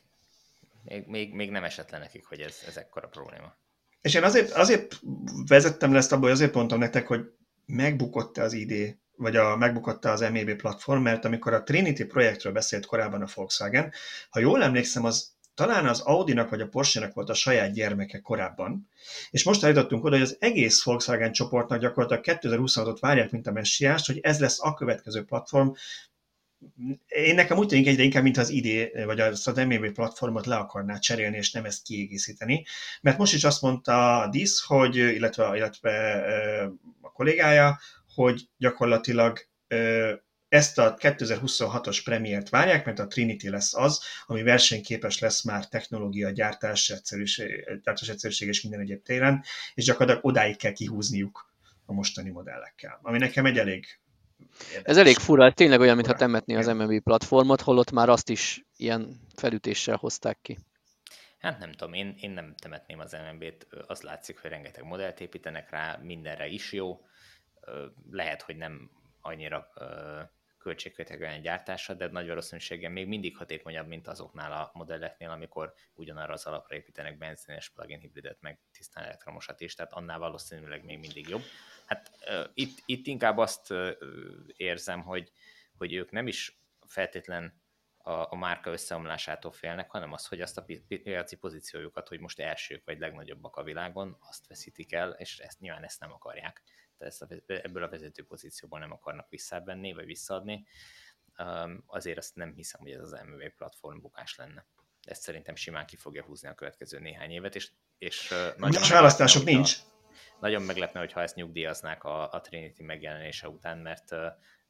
még nem esett le nekik, hogy ez ekkora probléma. És én azért vezettem le ezt abból, hogy azért mondtam nektek, hogy megbukott az ID, vagy megbukott az MEB platform, mert amikor a Trinity projektről beszélt korábban a Volkswagen, ha jól emlékszem, talán az Audinak vagy a Porsche-nek volt a saját gyermeke korábban, és most eljutottunk oda, hogy az egész Volkswagen csoportnak gyakorlatilag 2026-ot várják, mint a messiást, hogy ez lesz a következő platform. Én nekem úgy tűnik egyre inkább, mint az ID, vagy az MEB platformot le akarná cserélni, és nem ezt kiegészíteni. Mert most is azt mondta a DIS, hogy, illetve a kollégája, hogy gyakorlatilag ezt a 2026-os premiért várják, mert a Trinity lesz az, ami versenyképes lesz már technológia, gyártás egyszerűség és minden egyéb téren, és gyakorlatilag odáig kell kihúzniuk a mostani modellekkel. Ami nekem egy elég érdekes. Ez elég fura, tényleg olyan, mintha temetné az MEB platformot, holott már azt is ilyen felütéssel hozták ki. Hát nem tudom, én nem temetném az MEB-t, az látszik, hogy rengeteg modellt építenek rá, mindenre is jó, lehet, hogy nem annyira költségkötékeny gyártása, de nagy valószínűséggel még mindig hatékonyabb, mint azoknál a modelleknél, amikor ugyanarra az alapra építenek benzines plug-in hibridet, meg tisztán elektromosat is, tehát annál valószínűleg még mindig jobb. Hát itt inkább azt érzem, hogy ők nem is feltétlen a márka összeomlásától félnek, hanem az, hogy azt a piaci pozíciójukat, hogy most elsők vagy legnagyobbak a világon, azt veszítik el, és nyilván ezt nem akarják. Tehát ebből a vezető pozícióból nem akarnak visszavenni, vagy visszaadni. Azért azt nem hiszem, hogy ez az MEB platform bukás lenne. Ezt szerintem simán ki fogja húzni a következő néhány évet, és más választások nincs. Nagyon meglepne, hogyha ezt nyugdíjaznák a Trinity megjelenése után, mert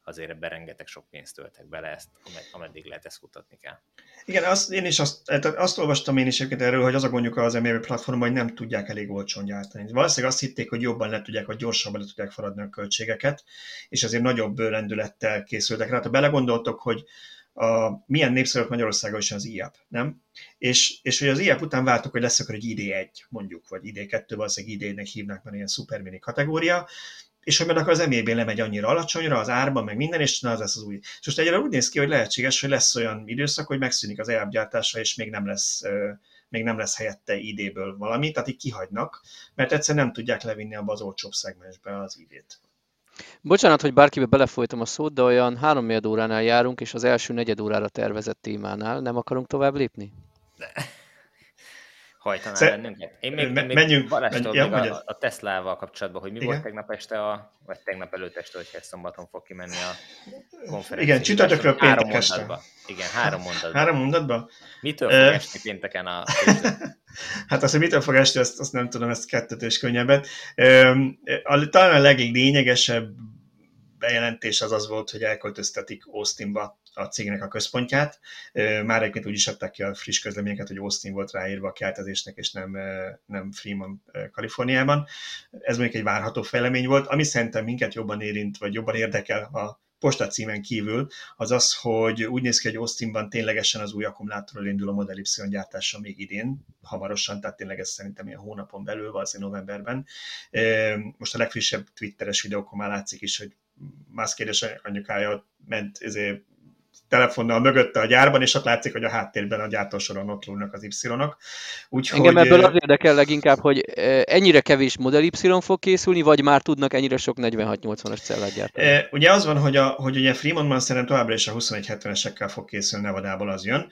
azért ebben rengeteg sok pénzt töltek bele, ezt, ameddig lehet, ezt kutatni kell. Igen, én is azt olvastam én is erről, hogy az a gondjuk az MEV platformon, hogy nem tudják elég olcsón gyártani. Valószínűleg azt hitték, hogy jobban le tudják, vagy gyorsabban le tudják feladni a költségeket, és azért nagyobb lendülettel készültek rá. Ha belegondoltok, hogy milyen népszerű Magyarországon is az IAP, nem? És hogy az IAP után vártuk, hogy lesz akkor egy ID1, mondjuk, vagy ID2, valószínűleg ID1-nek hívnák, mert ilyen szupermini kategória, és hogy akkor az MEB lemegy annyira alacsonyra, az árban, meg minden, és na, az lesz az új. És most egyre úgy néz ki, hogy lehetséges, hogy lesz olyan időszak, hogy megszűnik az EAP gyártása, és még nem lesz helyette ID-ből valami, tehát így kihagynak, mert egyszerűen nem tudják levinni abba az olcsóbb szegmensbe az ID-t. Bocsánat, hogy bárkibe belefolytam a szót, de olyan 3 óránál járunk, és az első negyed órára tervezett témánál nem akarunk tovább lépni? Hajtanál bennünket? Én még Balástól a Teslával kapcsolatban, hogy mi igen? volt tegnap este, vagy tegnap előtt este, hogyha szombaton fog kimenni a konferencia. Igen, csütörtökről péntek este. Igen, 3 mondatban. 3 mondatban? Mitől fog esni pénteken a Hát azt, hogy mitől fog esni, azt nem tudom, ezt kettőtös könnyebben. Talán a leglényegesebb bejelentés az volt, hogy elköltöztetik Austinba a cégnek a központját. Már egyébként úgy is adták ki a friss közleményeket, hogy Austin volt ráírva a keltezésnek, és nem Fremont, Kaliforniában. Ez mondjuk egy várható fejlemény volt. Ami szerintem minket jobban érint, vagy jobban érdekel a postacímen kívül, az az, hogy úgy néz ki, hogy Austinban ténylegesen az új akkumulátorról indul a Model Y gyártása még idén, hamarosan, tehát tényleg ez szerintem ilyen hónapon belül, valószínűleg novemberben. Most a legfrissebb twitteres videókon már látszik is, hogy Musk édes anyukája ment telefonnal mögötte a gyárban, és ott látszik, hogy a háttérben a gyártósoron ott lógnak az Y-ok. Engem ebből az érdekel leginkább, hogy ennyire kevés Model Y fog készülni, vagy már tudnak ennyire sok 4680-as cellát gyártani? Ugye az van, hogy ugye Fremontban szerintem továbbra is a 2170-esekkel fog készülni, Nevadából az jön.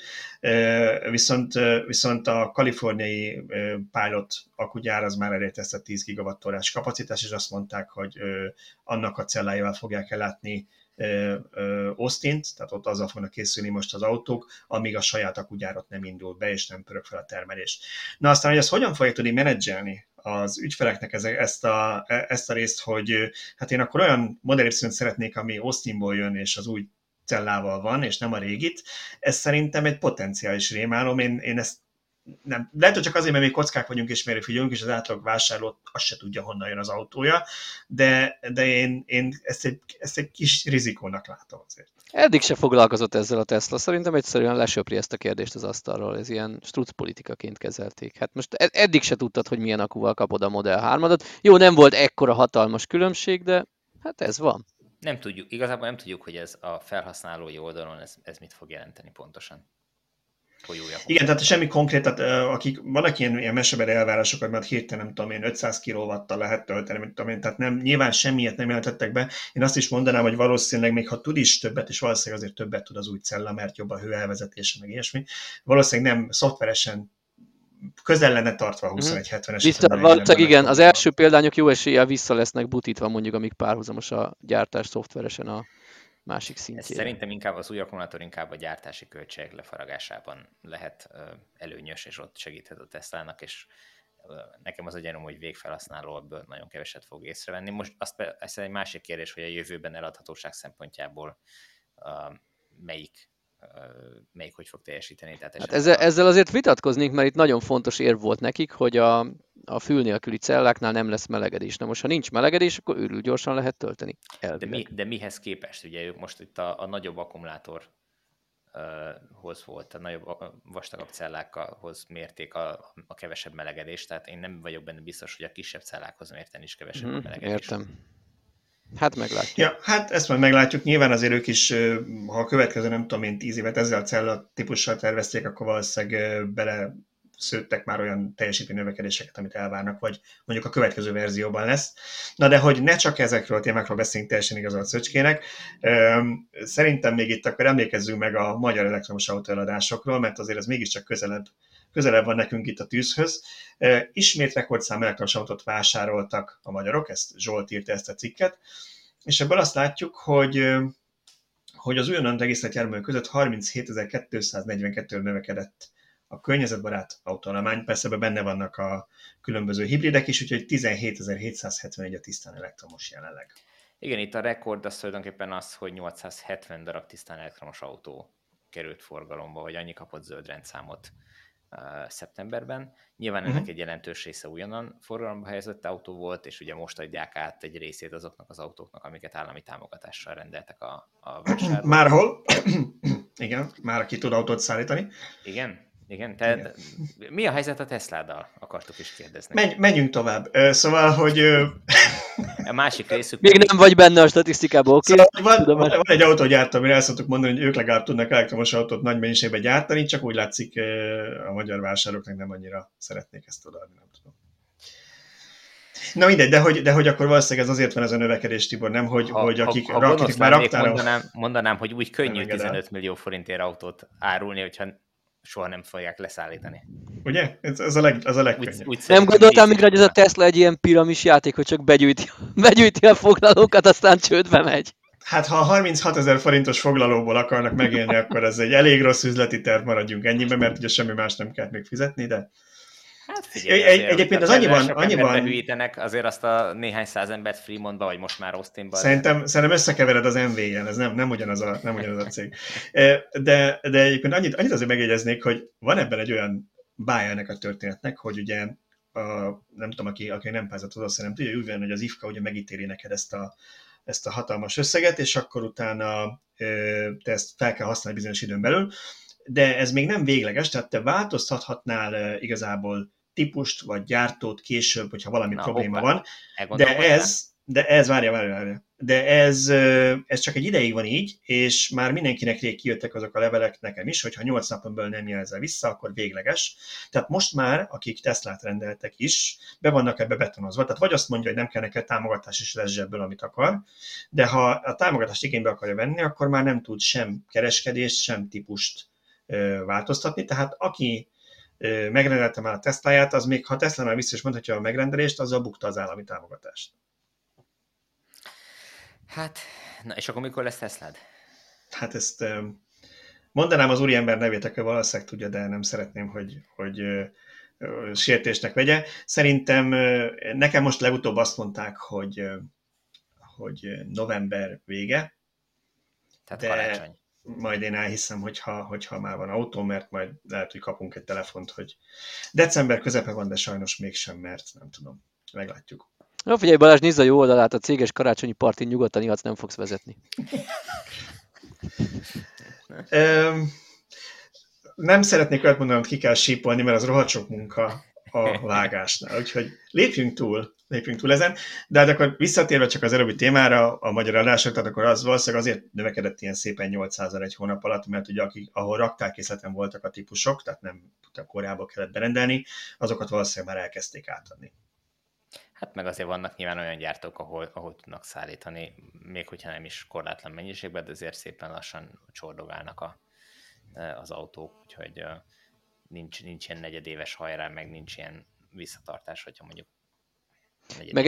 Viszont a kaliforniai pilot akkugyár az már elértezte 10 gigawatt-órás kapacitás, és azt mondták, hogy annak a celláival fogják ellátni Austint, tehát ott azzal fognak készülni most az autók, amíg a saját akkugyárat nem indul be, és nem pörög fel a termelés. Na aztán, hogy ezt hogyan fogják tudni menedzselni az ügyfeleknek ezt a részt, hogy hát én akkor olyan Model Y-t szeretnék, ami Austinból jön, és az új cellával van, és nem a régit, ez szerintem egy potenciális rémálom, én ezt nem. Lehet, hogy csak azért, mert még kockák vagyunk, és mérő figyelünk, és az átlag vásárló azt se tudja, honnan jön az autója, de én ezt egy kis rizikónak látom azért. Eddig se foglalkozott ezzel a Tesla. Szerintem egyszerűen lesöpri ezt a kérdést az asztalról. Ez ilyen struc politikaként kezelték. Hát most eddig se tudtad, hogy milyen akuval kapod a Model 3-adat. Jó, nem volt ekkora hatalmas különbség, de hát ez van. Nem tudjuk, igazából nem tudjuk, hogy ez a felhasználói oldalon ez mit fog jelenteni pontosan. Igen, tehát semmi konkrét, tehát vannak ilyen mesebeli elvárásokat, mert hirtelen nem tudom én, 500 kW-tal lehet tölteni, mint tudom én, tehát nyilván semmiet nem jelentettek be. Én azt is mondanám, hogy valószínűleg még ha tud is többet, és valószínűleg azért többet tud az új cella, mert jobb a hőelvezetése, meg ilyesmi. Valószínűleg nem szoftveresen közel lenne tartva a 2170-es. Valószínűleg igen, az első példányok jó eséllyel vissza lesznek butítva, mondjuk amíg párhuzamos a gyártás szoftveresen a másik szintjére. Szerintem inkább az új akkumulátor inkább a gyártási költségek lefaragásában lehet előnyös, és ott segíthet a Teslának, és nekem az a gyanúm, hogy végfelhasználó ebből nagyon keveset fog észrevenni. Most ez egy másik kérdés, hogy a jövőben eladhatóság szempontjából melyik hogy fog teljesíteni. Tehát hát ezzel azért vitatkoznék, mert itt nagyon fontos érv volt nekik, hogy a fül nélküli celláknál nem lesz melegedés. Na most, ha nincs melegedés, akkor őrül gyorsan lehet tölteni. De mihez képest? Ugye ők most itt a nagyobb akkumulátorhoz volt, a nagyobb, vastagabb cellákhoz mérték a kevesebb melegedést, tehát én nem vagyok benne biztos, hogy a kisebb cellákhoz mérten is kevesebb a melegedés. Értem. Hát meglátjuk. Ja, hát ezt majd meglátjuk. Nyilván azért ők is, ha a következő, nem tudom én, 10 évet ezzel a cella típussal tervezték, akkor valószínűleg bele szőttek már olyan teljesítmény növekedéseket, amit elvárnak, vagy mondjuk a következő verzióban lesz. Na de hogy ne csak ezekről a témákról beszéljünk, teljesen igazolt Szöcskének, szerintem még itt akkor emlékezzünk meg a magyar elektromos autóeladásokról, mert azért ez mégiscsak közelebb van nekünk itt a tűzhöz. Ismét rekordszám elektromos autót vásároltak a magyarok, ezt Zsolt írta ezt a cikket, és ebből azt látjuk, hogy az újonnan regisztrált járművek között 37.242 növekedett a környezetbarát autóállomány, persze ebben benne vannak a különböző hibridek is, úgyhogy 17.771 a tisztán elektromos jelenleg. Igen, itt a rekord az tulajdonképpen az, hogy 870 darab tisztán elektromos autó került forgalomba, vagy annyi kapott zöld rendszámot szeptemberben. Nyilván ennek egy jelentős része újonnan forgalomba helyezett autó volt, és ugye most adják át egy részét azoknak az autóknak, amiket állami támogatással rendeltek a vásárlók. Márhol? Igen, már ki tud autót szállítani. Igen. Tehát mi a helyzet a Tesláddal, akartuk is kérdezni. Menjünk tovább. Szóval, hogy... A másik részük... Még nem vagy benne a statisztikában, oké? Szóval van egy autógyártó, amire el szoktuk mondani, hogy ők legalább tudnak elektromos autót nagy mennyiségben gyártani, csak úgy látszik a magyar vásárlóknak nem annyira szeretnék ezt odaadni, nem tudom. Na mindegy, de hogy akkor valószínűleg ez azért van ez a növekedés, Tibor, nem? Hogy akik már raktára... Mondanám, hogy úgy könnyű 15 millió forintért autót árulni, hogyha soha nem fogják leszállítani. Ugye? Ez a legkönnyebb. Nem gondoltam még, hogy ez a Tesla egy ilyen piramis játék, hogy csak begyűjti a foglalókat, aztán csődbe megy. Hát ha 36 000 forintos foglalóból akarnak megélni, akkor ez egy elég rossz üzleti terv, maradjunk ennyiben, mert ugye semmi más nem kell még fizetni, de... Hát figyelj, egyébként az annyiban behűítenek azért azt a néhány száz embert Fremontba, vagy most már Austinba. Szerintem összekevered az MV-jel, ez nem ugyanaz a cég. De egyébként annyit azért megjegyeznék, hogy van ebben egy olyan bája ennek a történetnek, hogy ugye nem tudom, aki nem pályázott az nem tudja, úgy van, hogy az IFKA ugye megítéli neked ezt a hatalmas összeget, és akkor utána te ezt fel kell használni bizonyos időn belül, de ez még nem végleges, tehát te változtathatnál igazából típust vagy gyártót később, hogyha valami probléma van, de ez csak egy ideig van így, és már mindenkinek rég kijöttek azok a levelek nekem is, hogyha 8 napon belül nem jelzel vissza, akkor végleges. Tehát most már, akik Teslát rendeltek is, be vannak ebbe betonozva. Tehát vagy azt mondja, hogy nem kell neked támogatás, és lesz zsebből, amit akar, de ha a támogatást igénybe akarja venni, akkor már nem tud sem kereskedést, sem típust változtatni. Tehát aki megrendelte már a Tesláját, az még ha Tesla már vissza is mondhatja a megrendelést, azzal bukta az állami támogatást. Hát, na és akkor mikor lesz Teslád? Hát ezt mondanám az úriember nevét, aki valószínűleg tudja, de nem szeretném, hogy sértésnek vegye. Szerintem nekem most legutóbb azt mondták, hogy november vége. Tehát karácsony. Majd én elhiszem, hogyha már van autó, mert majd lehet, hogy kapunk egy telefont, hogy december közepe van, de sajnos mégsem, mert nem tudom, meglátjuk. Na figyelj Balázs, nézd a jó oldalát, a céges karácsonyi partin nyugodtan ihatsz, nem fogsz vezetni. Nem szeretnék olyat mondani, hogy ki kell sípolni, mert az rohadt sok munka a vágásnál. Úgyhogy lépjünk túl ezen, de hát akkor visszatérve csak az előbbi témára, a magyar adásra, tehát akkor az valószínűleg azért növekedett ilyen szépen 800-al egy hónap alatt, mert ugye ahol raktárkészleten voltak a típusok, tehát nem korábban kellett berendelni, azokat valószínűleg már elkezdték átadni. Hát meg azért vannak nyilván olyan gyártók, ahol tudnak szállítani, még hogyha nem is korlátlan mennyiségben, de azért szépen lassan csordogálnak az autók, úgyhogy nincs ilyen negyedéves hajrá, meg nincs ilyen visszatartás, hogyha mondjuk meg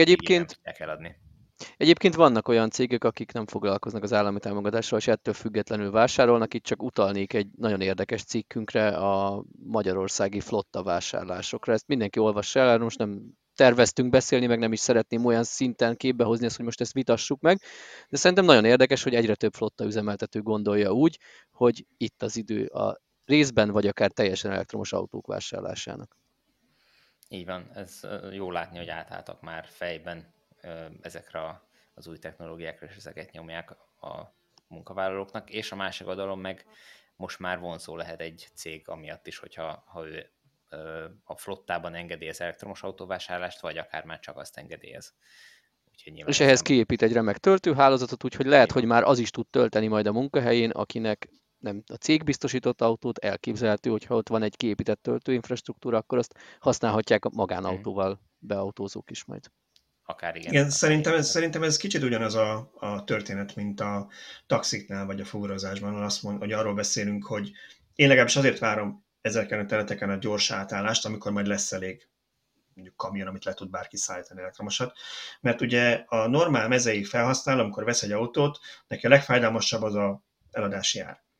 egyébként vannak olyan cégek, akik nem foglalkoznak az állami támogatással, és ettől függetlenül vásárolnak. Itt csak utalnék egy nagyon érdekes cikkünkre, a magyarországi flotta vásárlásokra. Ezt mindenki olvassa el, most nem terveztünk beszélni, meg nem is szeretném olyan szinten képbe hozni ezt, hogy most ezt vitassuk meg, de szerintem nagyon érdekes, hogy egyre több flotta üzemeltető gondolja úgy, hogy itt az idő a részben, vagy akár teljesen elektromos autók vásárlásának. Így van, ez jó látni, hogy átálltak már fejben ezekre az új technológiákra, és ezeket nyomják a munkavállalóknak, és a másik oldalon meg most már vonzó lehet egy cég amiatt is, hogyha ő a flottában engedélyez elektromos autóvásárlást, vagy akár már csak azt engedélyez. És ehhez kiépít egy remek töltőhálózatot, úgyhogy lehet, hogy már az is tud tölteni majd a munkahelyén, akinek nem a cég biztosított autót, elképzelhető, hogyha ott van egy kiépített töltőinfrastruktúra, akkor azt használhatják a magánautóval beautózók is majd. Akár igen szerintem ez kicsit ugyanaz a történet, mint a taxiknál, vagy a fuvarozásban, azt mondja, hogy arról beszélünk, hogy én legalábbis azért várom ezeken a területeken a gyors átállást, amikor majd lesz elég mondjuk kamion, amit le tud bárki szállítani elektromosat. Mert ugye a normál mezei felhasználó, amikor vesz egy autót, neki a legfájdalmasabb az a eladási ár.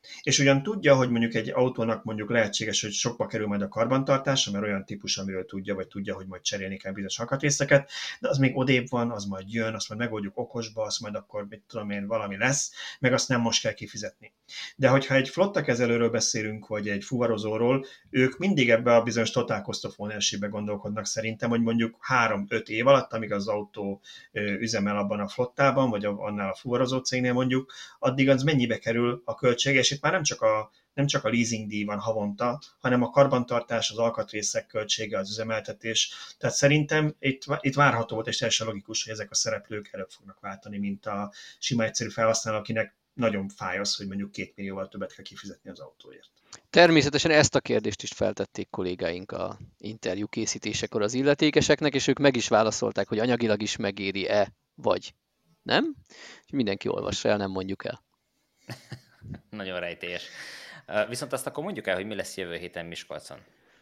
És ugyan tudja, hogy mondjuk egy autónak mondjuk lehetséges, hogy sokba kerül majd a karbantartása, mert olyan típus, amiről tudja, vagy tudja, hogy majd cserélni kell bizonyos alkatrészeket, de az még odébb van, az majd jön, azt majd megoldjuk okosba, azt majd akkor, mit tudom én, valami lesz, meg azt nem most kell kifizetni. De hogyha egy flottakezelőről beszélünk, vagy egy fuvarozóról, ők mindig ebbe a bizonyos total cost of ownership-be gondolkodnak szerintem, hogy mondjuk 3-5 év alatt, amíg az autó üzemel abban a flottában, vagy annál a fuvarozó cégnél mondjuk, addig az mennyibe kerül a költsége, és itt már nem csak a leasing díj van havonta, hanem a karbantartás, az alkatrészek költsége, az üzemeltetés. Tehát szerintem itt várható volt, és teljesen logikus, hogy ezek a szereplők előbb fognak váltani, mint a sima egyszerű felhasználó, akinek nagyon fáj az, hogy mondjuk 2 millióval többet kell kifizetni az autóért. Természetesen ezt a kérdést is feltették kollégáink a interjú készítésekor az illetékeseknek, és ők meg is válaszolták, hogy anyagilag is megéri-e, vagy nem. És mindenki olvassa el, nem mondjuk el. Nagyon rejtélyes. Viszont azt akkor mondjuk el, hogy mi lesz jövő héten Miskolcon.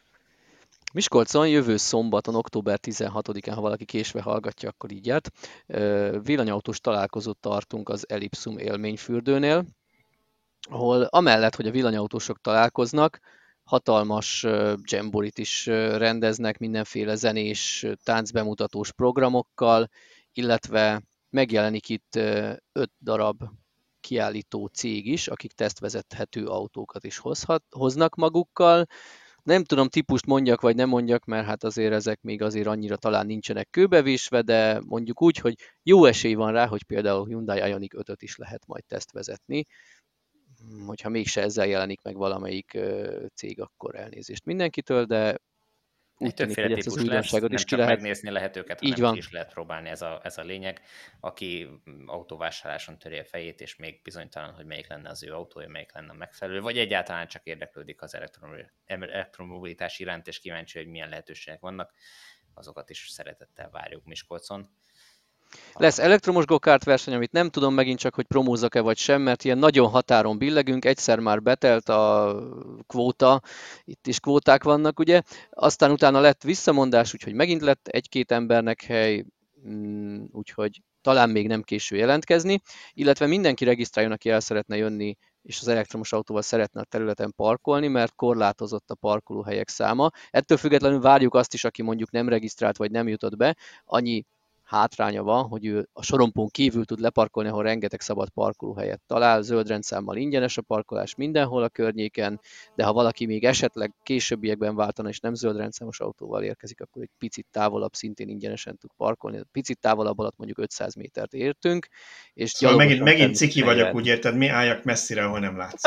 Miskolcon jövő szombaton, október 16-án, ha valaki késve hallgatja, akkor így járt, villanyautós találkozót tartunk az Ellipsum élményfürdőnél, ahol amellett, hogy a villanyautósok találkoznak, hatalmas jamborit is rendeznek mindenféle zenés, táncbemutatós programokkal, illetve megjelenik itt 5 darab kiállító cég is, akik tesztvezethető autókat is hoznak magukkal. Nem tudom, típust mondjak, vagy nem mondjak, mert hát azért ezek még azért annyira talán nincsenek kőbevésve, de mondjuk úgy, hogy jó esély van rá, hogy például Hyundai Ioniq 5-öt is lehet majd tesztvezetni. Hogyha mégse ezzel jelenik meg valamelyik cég, akkor elnézést mindenkitől, de úgy tűnik, hogy ezt az újdonságot is ki lehet. Megnézni lehet őket, hanem ki is lehet próbálni, ez a lényeg. Aki autóvásárláson töri a fejét, és még bizonytalan, hogy melyik lenne az ő autója, melyik lenne a megfelelő, vagy egyáltalán csak érdeklődik az elektromobilitás iránt, és kíváncsi, hogy milyen lehetőségek vannak, azokat is szeretettel várjuk Miskolcon. Lesz elektromos go-kart verseny, amit nem tudom megint csak, hogy promózzak-e vagy sem, mert ilyen nagyon határon billegünk, egyszer már betelt a kvóta, itt is kvóták vannak, ugye, aztán utána lett visszamondás, úgyhogy megint lett 1-2 embernek hely, úgyhogy talán még nem késő jelentkezni, illetve mindenki regisztráljon, aki el szeretne jönni, és az elektromos autóval szeretne a területen parkolni, mert korlátozott a parkolóhelyek száma. Ettől függetlenül várjuk azt is, aki mondjuk nem regisztrált, vagy nem jutott be, annyi hátránya van, hogy ő a sorompón kívül tud leparkolni, ahol rengeteg szabad parkolóhelyet talál, zöld rendszámmal ingyenes a parkolás mindenhol a környéken, de ha valaki még esetleg későbbiekben váltana és nem zöld rendszámos autóval érkezik, akkor egy picit távolabb szintén ingyenesen tud parkolni. Picit távolabb alatt mondjuk 500 métert értünk. És szóval megint ciki vagyok, úgy érted, mi álljak messzire, ahol nem látsz.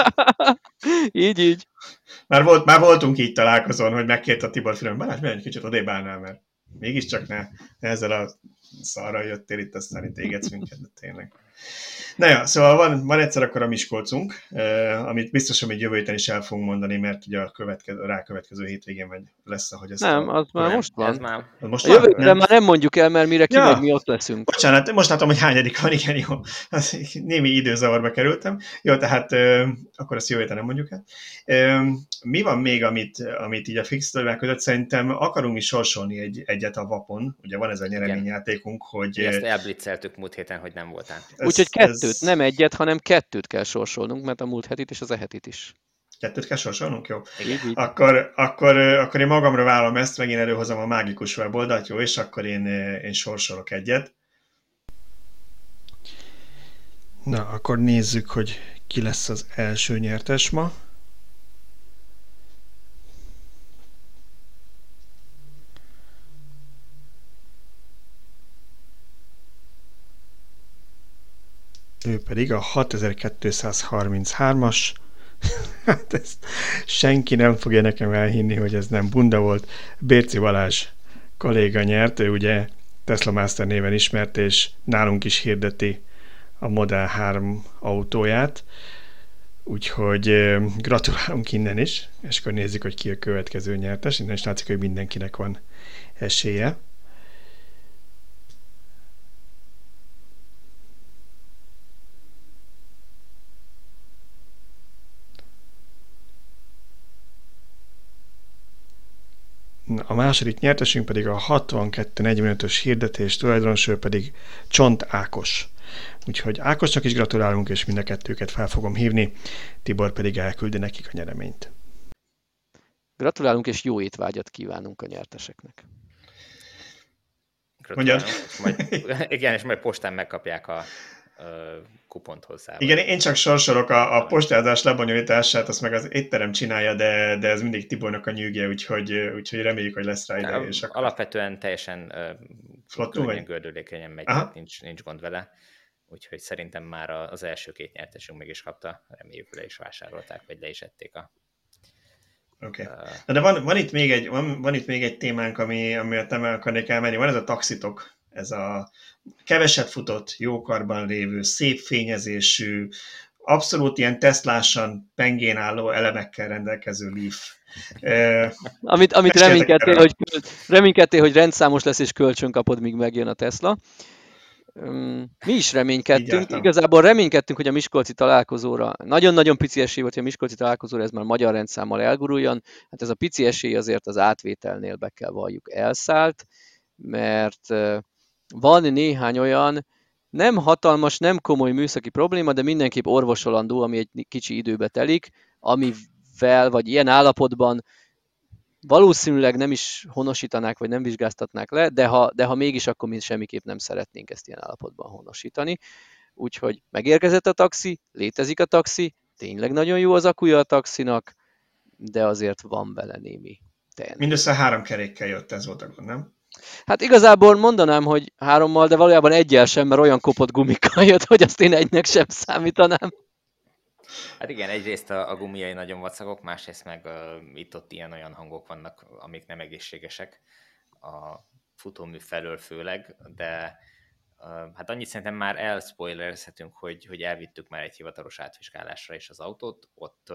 így. Már voltunk így találkozón, hogy megkért a Tibor Filem, Balázs, egy kicsit odébb állnál, mert mégiscsak ne ezzel a szarral jöttél itt, aztán itt égetsz minket, de tényleg. Na ja, szóval van egyszer akkor a Miskolcunk, amit biztos, hogy jövő héten is el fogunk mondani, mert ugye a rákövetkező hétvégén vagy lesz, ahogy ezt... Nem, az már most van. Ez már... Most a jövő héten már nem mondjuk el, mert mire kimegy, mi ott leszünk. Bocsánat, most látom, hogy hányadik van, igen, jó. Némi időzavarba kerültem. Jó, tehát akkor ezt jövő héten nem mondjuk el. Mi van még, amit így a fix dolgok között szerintem akarunk is sorsolni egyet a Vapon. Ugye van ez a nyereményjátékunk, hogy... Mi ezt elblitzeltük múlt héten, hogy nem voltál. Úgyhogy 2, nem egyet, hanem 2 kell sorsolnunk, mert a múlt hetit és az hetit is. 2 kell sorsolnunk? Jó. Így. Akkor én magamra vállalom ezt, megint előhozom a mágikus weboldalt, jó, és akkor én sorsolok egyet. Na, akkor nézzük, hogy ki lesz az első nyertes ma. Ő pedig a 6233-as. Hát ezt senki nem fogja nekem elhinni, hogy ez nem bunda volt. Bérci Balázs kolléga nyert, ő ugye Tesla Master néven ismert, és nálunk is hirdeti a Model 3 autóját. Úgyhogy gratulálunk innen is, és akkor nézzük, hogy ki a következő nyertes. Innen is látszik, hogy mindenkinek van esélye. A második nyertesünk pedig a 6245-ös hirdetés tulajdonos, pedig Csont Ákos. Úgyhogy Ákosnak is gratulálunk, és mind a kettőket fel fogom hívni, Tibor pedig elküldi nekik a nyereményt. Gratulálunk, és jó étvágyat kívánunk a nyerteseknek. Mondjad. Igen, és majd postán megkapják a kupont hozzá. Igen, én csak sorsolok a postázás lebonyolítását, azt meg az étterem csinálja, de ez mindig Tibornak a nyűgje, úgyhogy reméljük, hogy lesz rá ideje. És alapvetően teljesen könnyen, gördülékenyen megy, tehát nincs gond vele. Úgyhogy szerintem már az első 2 nyertesünk meg is kapta, reméljük, le is vásárolták, vagy le is ették a... Oké. De van itt még egy témánk, amiért nem akarnék elmenni. Van ez a taxitok, ez a keveset futott, jókarban lévő, szép fényezésű, abszolút ilyen Teslásan pengén álló elemekkel rendelkező Leaf. Amit reménykedtél, hogy rendszámos lesz és kölcsön kapod, míg megjön a Tesla. Mi is reménykedtünk. Igazából reménykedtünk, hogy a miskolci találkozóra, nagyon-nagyon pici esély volt, hogy a miskolci találkozóra ez már magyar rendszámmal elguruljon. Hát ez a pici esély azért az átvételnél, be kell valljuk, elszállt, mert van néhány olyan nem hatalmas, nem komoly műszaki probléma, de mindenképp orvosolandó, ami egy kicsi időbe telik, amivel, vagy ilyen állapotban valószínűleg nem is honosítanák, vagy nem vizsgáztatnák le, de ha mégis, akkor mi semmiképp nem szeretnénk ezt ilyen állapotban honosítani. Úgyhogy megérkezett a taxi, létezik a taxi, tényleg nagyon jó az akkuja a taxinak, de azért van vele némi teendő. Mindössze 3 kerékkel jött, ez volt a gond, nem? Hát igazából mondanám, hogy 3-mal, de valójában 1-jel sem, mert olyan kopott gumikkal jött, hogy azt én 1-nek sem számítanám. Hát igen, egyrészt a gumiai nagyon vacagok, másrészt meg itt-ott ilyen-olyan hangok vannak, amik nem egészségesek a futómű felől főleg, de hát annyit szerintem már elspoilerezhetünk, hogy elvittük már egy hivatalos átvizsgálásra is az autót, ott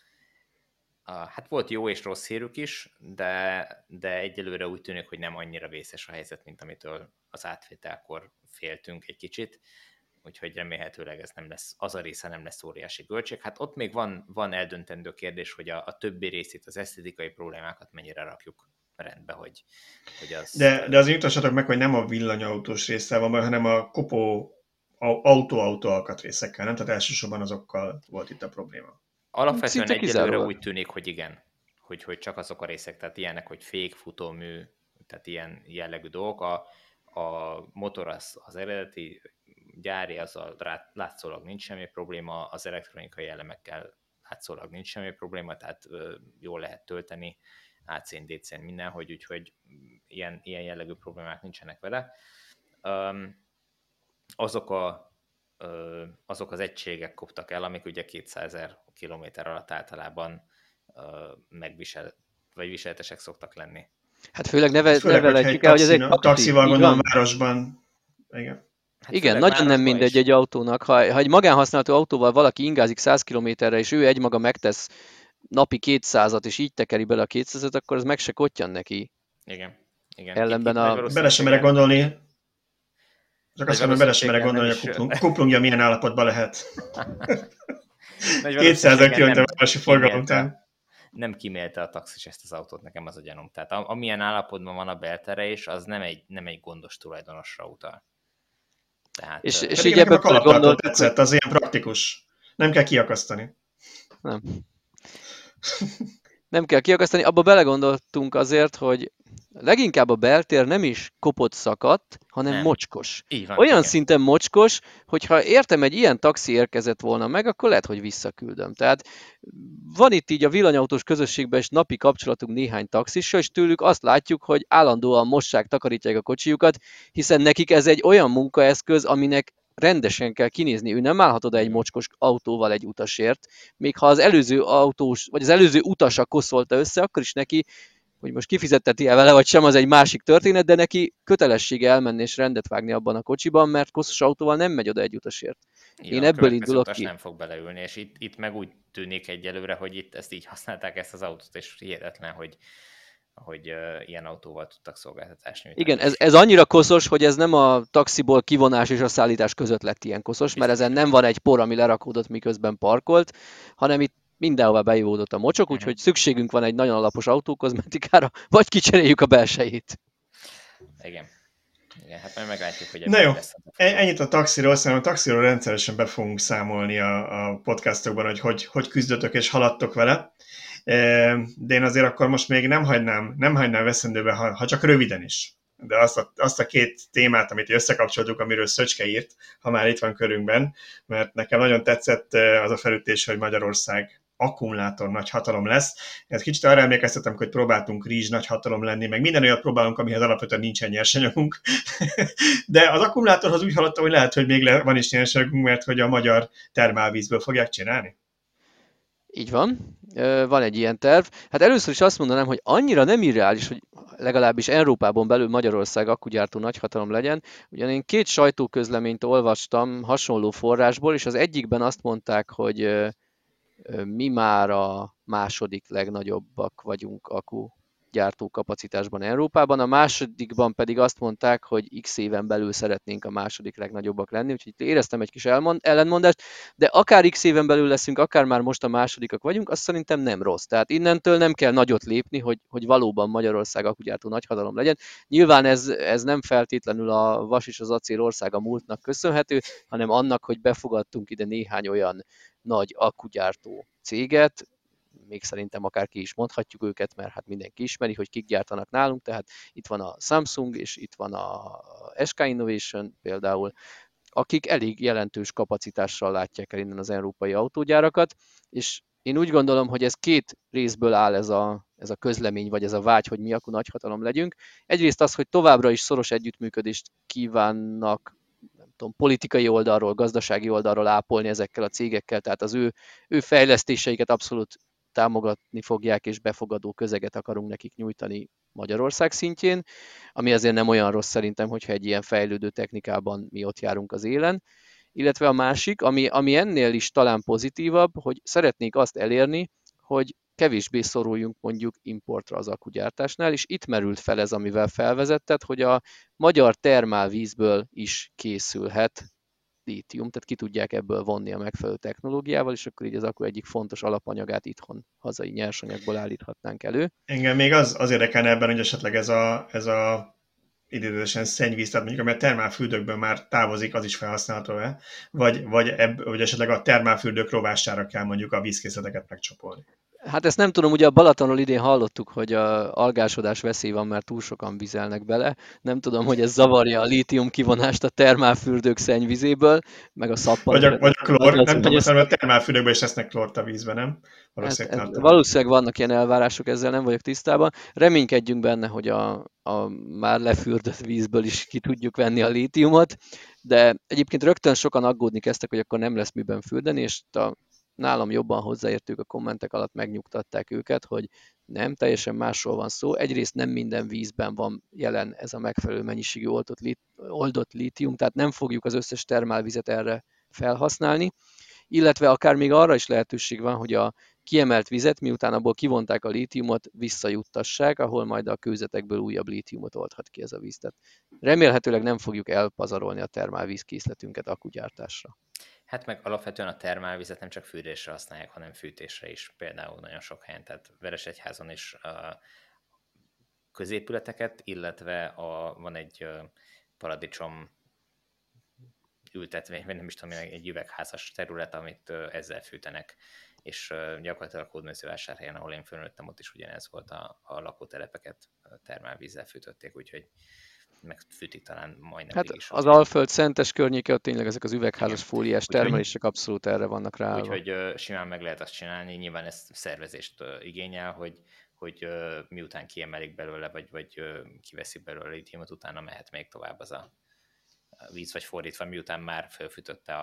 hát volt jó és rossz hírük is, de egyelőre úgy tűnik, hogy nem annyira vészes a helyzet, mint amitől az átvételkor féltünk egy kicsit, úgyhogy remélhetőleg ez nem lesz, az a része nem lesz óriási költség. Hát ott még van eldöntendő kérdés, hogy a többi részét, az esztetikai problémákat mennyire rakjuk rendbe, hogy az... De azért jutassatok meg, hogy nem a villanyautós résszel van, hanem a kopó autó alkatrészekkel, nem? Tehát elsősorban azokkal volt itt a probléma. Alapvetően egyelőre úgy tűnik, hogy igen, hogy csak azok a részek, tehát ilyenek, hogy fék, futómű, tehát ilyen jellegű dolgok. A motor az eredeti gyári, azzal látszólag nincs semmi probléma, az elektronikai elemekkel látszólag nincs semmi probléma, tehát jól lehet tölteni AC-n, DC-n mindenhogy, úgyhogy ilyen jellegű problémák nincsenek vele. Azok az egységek koptak el, amik ugye 200 000 kilométer alatt általában viseletesek szoktak lenni. Hát főleg neveletjük el, hogy ez egy taxival gondolom városban. Igen. Hát igen, nagyon nem mindegy egy autónak. Ha egy magánhasználatú autóval valaki ingázik 100 km-re, és ő egymaga megtesz napi 200-at, és így tekeri bele a 200-at, akkor az meg se kottyan neki. Igen. Ellenben bele sem merek gondolni. Csak azt mondom, bele sem merek gondolni, hogy a kuplungja milyen állapotban lehet. 200 km városi forgalom után. Nem kímélte a taxis ezt az autót, nekem az a gyanúm. Tehát amilyen állapotban van a belterelés, az nem egy gondos tulajdonosra utal. Tehát, és így ebből gondolt, tetszett, az ilyen praktikus. Nem kell kiakasztani. Nem kell kiakasztani. Abba belegondoltunk azért, hogy leginkább a beltér nem is kopott szakadt, hanem mocskos. Van, olyan igen. szinten mocskos, hogyha értem egy ilyen taxi érkezett volna meg, akkor lehet, hogy visszaküldöm. Tehát van itt így a villanyautós közösségben is napi kapcsolatunk néhány taxissal, és tőlük azt látjuk, hogy állandóan mossák, takarítják a kocsijukat, hiszen nekik ez egy olyan munkaeszköz, aminek rendesen kell kinézni. Ő nem állhat oda egy mocskos autóval egy utasért, még ha az előző autós, vagy az előző utasa koszolta össze, akkor is neki, hogy most kifizetteti el vele, vagy sem, az egy másik történet, de neki kötelessége elmenni és rendet vágni abban a kocsiban, mert koszos autóval nem megy oda egy utasért. Én ebből indulok ki. Nem fog beleülni, és itt meg úgy tűnik egyelőre, hogy itt ezt így használták ezt az autót, és hihetetlen, hogy ilyen autóval tudtak szolgáltatást nyújtani. Igen, ez annyira koszos, hogy ez nem a taxiból kivonás és a szállítás között lett ilyen koszos, mert ezen nem van egy por, ami lerakódott, miközben parkolt, hanem itt mindenhová beivódott a mocsok, úgyhogy szükségünk van egy nagyon alapos autókozmetikára, vagy kicseréljük a belsejét. Igen. Igen, hát majd meglátjuk, hogy Na jó, lesz. ennyit a taxiról, szerintem a taxiról rendszeresen be fogunk számolni a podcastokban, hogy küzdötök és haladtok vele. De én azért akkor most még nem hagynám veszendőbe, ha csak röviden is. De azt a két témát, amit összekapcsoltuk, amiről Szöcske írt, ha már itt van körünkben, mert nekem nagyon tetszett az a felütés, hogy Magyarország akkumulátor nagyhatalom lesz. Ez kicsit arra emlékeztetem, hogy próbáltunk rizs nagyhatalom lenni, meg minden olyat próbálunk, amihez alapvetően nincsen nyersanyagunk. De az akkumulátorhoz úgy haladtam, hogy lehet, hogy még van is nyersanyagunk, mert hogy a magyar termálvízből fogják csinálni. Így van, van egy ilyen terv. Hát először is azt mondanám, hogy annyira nem irreális, hogy legalábbis Európában belül Magyarország akkugyártó nagyhatalom legyen. Ugyan én 2 sajtóközleményt olvastam hasonló forrásból, és az egyikben azt mondták, hogy mi már a második legnagyobbak vagyunk akkugyártó kapacitásban Európában, a másodikban pedig azt mondták, hogy x éven belül szeretnénk a második legnagyobbak lenni, úgyhogy éreztem egy kis ellentmondást, de akár x éven belül leszünk, akár már most a másodikak vagyunk, azt szerintem nem rossz. Tehát innentől nem kell nagyot lépni, hogy valóban Magyarország akkugyártó nagyhatalom legyen. Nyilván ez nem feltétlenül a vas és az acél országa múltnak köszönhető, hanem annak, hogy befogadtunk ide néhány olyan nagy akkugyártó céget, még szerintem akár ki is mondhatjuk őket, mert hát mindenki ismeri, hogy kik gyártanak nálunk, tehát itt van a Samsung, és itt van a SK Innovation például, akik elég jelentős kapacitással látják el innen az európai autógyárakat, és én úgy gondolom, hogy ez 2 részből áll ez a közlemény, vagy ez a vágy, hogy mi akku nagyhatalom legyünk. Egyrészt az, hogy továbbra is szoros együttműködést kívánnak, nem tudom, politikai oldalról, gazdasági oldalról ápolni ezekkel a cégekkel, tehát az ő fejlesztéseiket abszolút támogatni fogják, és befogadó közeget akarunk nekik nyújtani Magyarország szintjén, ami azért nem olyan rossz szerintem, hogyha egy ilyen fejlődő technikában mi ott járunk az élen. Illetve a másik, ami ennél is talán pozitívabb, hogy szeretnék azt elérni, hogy kevésbé szoruljunk mondjuk importra az akkugyártásnál, és itt merült fel ez, amivel felvezetted, hogy a magyar termálvízből is készülhet lítium, tehát ki tudják ebből vonni a megfelelő technológiával, és akkor így az akku egyik fontos alapanyagát itthon hazai nyersanyagból állíthatnánk elő. Engem még az érdekelne ebben, hogy esetleg ez a idézősen szennyvíz, tehát mondjuk ami a termálfürdőkből már távozik, az is felhasználható-e, vagy esetleg a termálfürdők rovására kell mondjuk a vízkészleteket megcsapolni. Hát ezt nem tudom, ugye a Balatonról idén hallottuk, hogy a algásodás veszély van, mert túl sokan vizelnek bele. Nem tudom, hogy ez zavarja a lítium kivonást a termálfürdők szennyvizéből, meg a szappan. Vagy a klór, nem tudom, hogy a termálfürdőkben is lesznek klórt a vízben, nem? Valószínűleg vannak ilyen elvárások, ezzel nem vagyok tisztában. Reménykedjünk benne, hogy a már lefürdött vízből is ki tudjuk venni a lítiumot, de egyébként rögtön sokan aggódni kezdtek, hogy akkor nem lesz miben fürdeni, és nálam jobban hozzáértők a kommentek alatt megnyugtatták őket, hogy nem, teljesen másról van szó. Egyrészt nem minden vízben van jelen ez a megfelelő mennyiségű oldott lítium, tehát nem fogjuk az összes termálvizet erre felhasználni, illetve akár még arra is lehetőség van, hogy a kiemelt vizet, miután abból kivonták a lítiumot, visszajuttassák, ahol majd a kőzetekből újabb lítiumot oldhat ki ez a víz. Tehát remélhetőleg nem fogjuk elpazarolni a termálvízkészletünket akkugyártásra. Hát meg alapvetően a termálvizet nem csak fűtésre használják, hanem fűtésre is. Például nagyon sok helyen, tehát Veresegyházon is középületeket, illetve van egy paradicsom ültetvény, vagy nem is tudom, egy üvegházas terület, amit ezzel fűtenek, és gyakorlatilag Hódmezővásárhelyen, ahol én fölnőttem, ott is ugyanez volt, a lakótelepeket termálvízzel fűtötték, úgyhogy megfűtik talán majdnem. Hát is. Az Alföld Szentes környéke, ott tényleg ezek az üvegházas fóliás termelések abszolút erre vannak rá. Úgyhogy simán meg lehet azt csinálni, nyilván ez szervezést igényel, hogy miután kiemelik belőle, vagy kiveszik belőle a lítiumot, utána mehet még tovább az a víz, vagy fordítva, miután már felfűtötte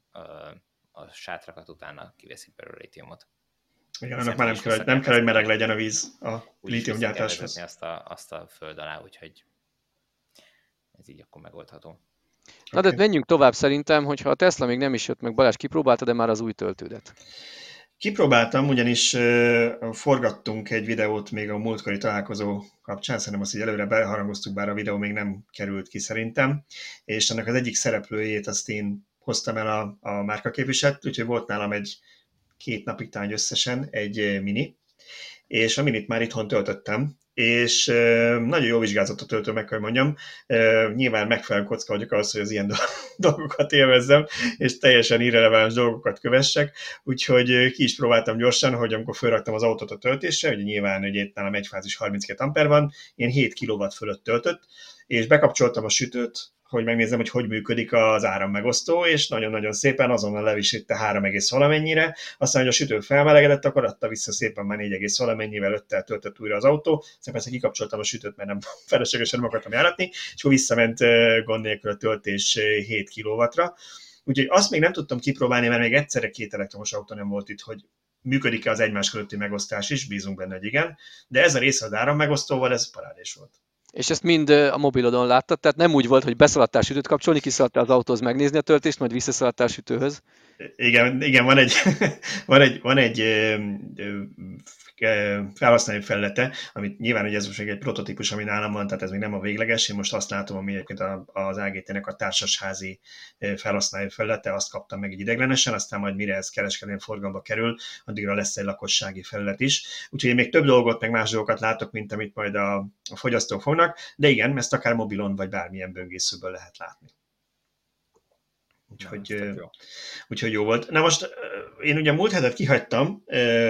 a sátrakat, utána kiveszik belőle a lítiumot. Igen, annak már nem kell, hogy meleg legyen a víz a lítiumgyártáshoz. Azt a föld alá, úgyhogy ez így akkor megoldható. Na de menjünk tovább szerintem, hogyha a Tesla még nem is jött meg, Balázs kipróbálta, de már az új töltődet. Kipróbáltam, ugyanis forgattunk egy videót még a múltkori találkozó kapcsán, szerintem azt így előre beharangoztuk, bár a videó még nem került ki szerintem, és ennek az egyik szereplőjét azt én hoztam el a márkaképviselt, úgyhogy volt nálam 2 napig talán összesen egy mini, és a minit már itthon töltöttem, és nagyon jó vizsgázott a töltő, meg kell mondjam. Nyilván megfelelő kocka vagyok ahhoz, hogy az ilyen dolgokat élvezzem, és teljesen irreleváns dolgokat kövessek, úgyhogy ki is próbáltam gyorsan, hogy amikor felraktam az autót a töltésre, ugye nyilván ugye itt nálam egyfázis 32 amper van, én 7 kW fölött töltött, és bekapcsoltam a sütőt, hogy megnézem, hogy működik az árammegosztó, és nagyon-nagyon szépen azonnal levisítte 3, valamennyire, aztán, hogy a sütő felmelegedett, akkor adta vissza szépen már 4, valamennyivel, 5-tel töltött újra az autó, aztán persze kikapcsoltam a sütőt, mert nem feleslegesen meg akartam járatni, és akkor visszament gond nélkül a töltés 7 kW-ra. Úgyhogy azt még nem tudtam kipróbálni, mert még egyszerre 2 elektromos autó nem volt itt, hogy működik-e az egymás közötti megosztás is, bízunk benne, hogy igen, de ez a része az árammegosztóval, ez parádés volt. És ezt mind a mobilodon láttad, tehát nem úgy volt, hogy beszaladtál sütőt kapcsolni, kiszaladtál az autóhoz megnézni a töltést, majd visszaszaladtál a sütőhöz. Igen, van egy felhasználói felülete, amit nyilván ugye ez most egy prototípus, ami nálam van, tehát ez még nem a végleges, én most azt látom, ami egyébként az AGT-nek a társasházi felhasználói felülete, azt kaptam meg egy ideglenesen, aztán majd mire ez kereskedelmi forgalomba kerül, addigra lesz egy lakossági felület is. Úgyhogy én még több dolgot, meg más dolgokat látok, mint amit majd a fogyasztók fognak, de igen, ezt akár mobilon vagy bármilyen böngészőből lehet látni. Úgyhogy jó volt. Na most én ugye múlt hetet kihagytam,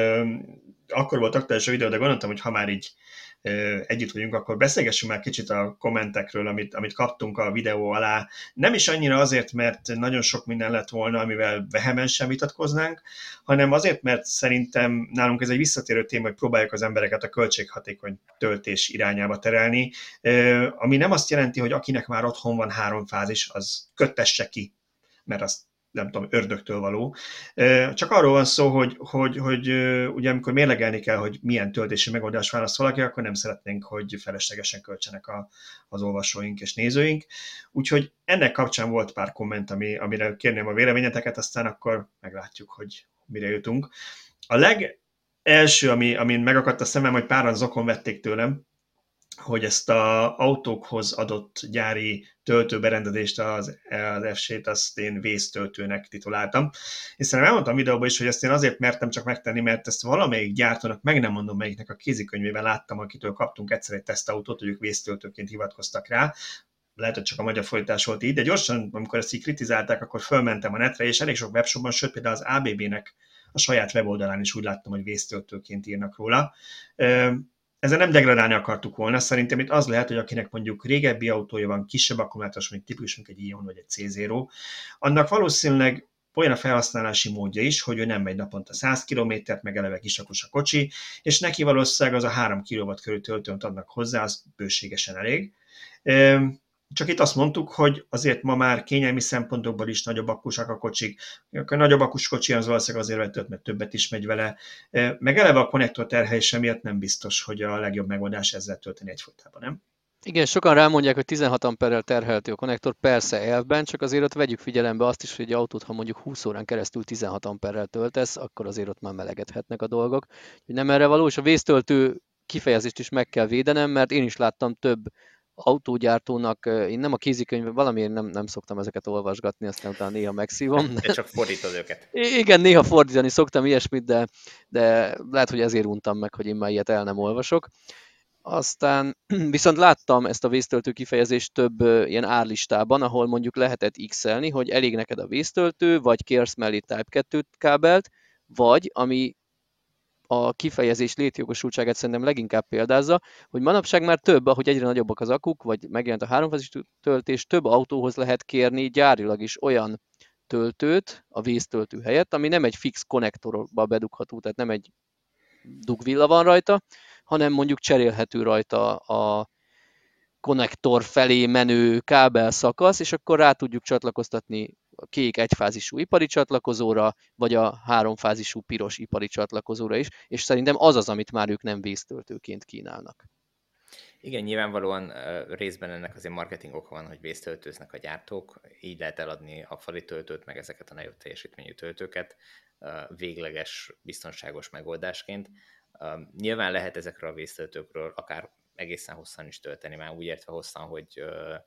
akkor volt aktuális a videó, de gondoltam, hogy ha már így együtt vagyunk, akkor beszélgessünk már kicsit a kommentekről, amit kaptunk a videó alá. Nem is annyira azért, mert nagyon sok minden lett volna, amivel vehemensen vitatkoznánk, hanem azért, mert szerintem nálunk ez egy visszatérő téma, hogy próbáljuk az embereket a költséghatékony töltés irányába terelni, ami nem azt jelenti, hogy akinek már otthon van 3 fázis, az köttesse ki, mert azt nem tudom, ördögtől való. Csak arról van szó, hogy ugye amikor mérlegelni kell, hogy milyen töltési megoldást választ valaki, akkor nem szeretnénk, hogy feleslegesen költsenek az olvasóink és nézőink. Úgyhogy ennek kapcsán volt pár komment, amire kérném a véleményeteket, aztán akkor meglátjuk, hogy mire jutunk. A legelső, amin megakadt a szemem, hogy páran zokon vették tőlem, hogy ezt az autókhoz adott gyári töltőberendezést, az F-sét, azt én vésztöltőnek tituláltam. Hiszen elmondtam videóban is, hogy ezt én azért mertem csak megtenni, mert ezt valamelyik gyártónak, meg nem mondom melyiknek a kézikönyvében láttam, akitől kaptunk egyszer egy tesztautót, hogy ők vésztöltőként hivatkoztak rá. Lehet, hogy csak a magyar fordítás volt így, de gyorsan, amikor ezt így kritizálták, akkor fölmentem a netre, és elég sok webshopban, sőt például az ABB-nek a saját weboldalán is úgy láttam, hogy vésztöltőként írnak róla. Ezzel nem degradálni akartuk volna, szerintem itt az lehet, hogy akinek mondjuk régebbi autója van, kisebb akkumulátoros, mint típusunk egy Ion vagy egy C0, annak valószínűleg olyan a felhasználási módja is, hogy ő nem megy naponta 100 kilométert, meg eleve kisakos a kocsi, és neki valószínűleg az a 3 kW körül töltőt adnak hozzá, az bőségesen elég. Csak itt azt mondtuk, hogy azért ma már kényelmi szempontokból is nagyobb akkusak a kocsik. A nagyobb akkus kocsi az valószínűleg azért vetőt, mert többet is megy vele. Meg eleve a konnektor terhelése miatt nem biztos, hogy a legjobb megoldás ezzel tölteni egyfolytában, nem? Igen, sokan rámondják, hogy 16 amperrel terhelhető a konnektor, persze elvben, csak azért ott vegyük figyelembe azt is, hogy egy autót, ha mondjuk 20 órán keresztül 16 amperrel töltesz, akkor azért ott már melegedhetnek a dolgok. Úgyhogy nem erre való, és a vésztöltő kifejezést is meg kell védenem, mert én is láttam több autógyártónak, én nem a kézikönyvben, valamiért nem szoktam ezeket olvasgatni, aztán utána néha megszívom. De csak fordítod őket. Igen, néha fordítani szoktam ilyesmit, de lehet, hogy ezért untam meg, hogy én már ilyet el nem olvasok. Aztán viszont láttam ezt a vésztöltő kifejezést több ilyen árlistában, ahol mondjuk lehetett x-elni, hogy elég neked a vésztöltő, vagy kérsz mellé Type 2 kábelt, vagy ami a kifejezés létjogosultságát szerintem leginkább példázza, hogy manapság már több, ahogy egyre nagyobbak az akuk, vagy megjelent a háromfázis töltés, több autóhoz lehet kérni gyárilag is olyan töltőt a vésztöltő helyett, ami nem egy fix konnektorba bedugható, tehát nem egy dugvilla van rajta, hanem mondjuk cserélhető rajta a konnektor felé menő kábel szakasz, és akkor rá tudjuk csatlakoztatni a kék egyfázisú ipari csatlakozóra, vagy a háromfázisú piros ipari csatlakozóra is, és szerintem az az, amit már ők nem vésztöltőként kínálnak. Igen, nyilvánvalóan részben ennek azért marketing oka van, hogy vésztöltőznek a gyártók, így lehet eladni a fali töltőt, meg ezeket a nagyobb teljesítményű töltőket végleges, biztonságos megoldásként. Nyilván lehet ezekről a vésztöltőkről akár egészen hosszan is tölteni, már úgy értve hosszan, hogy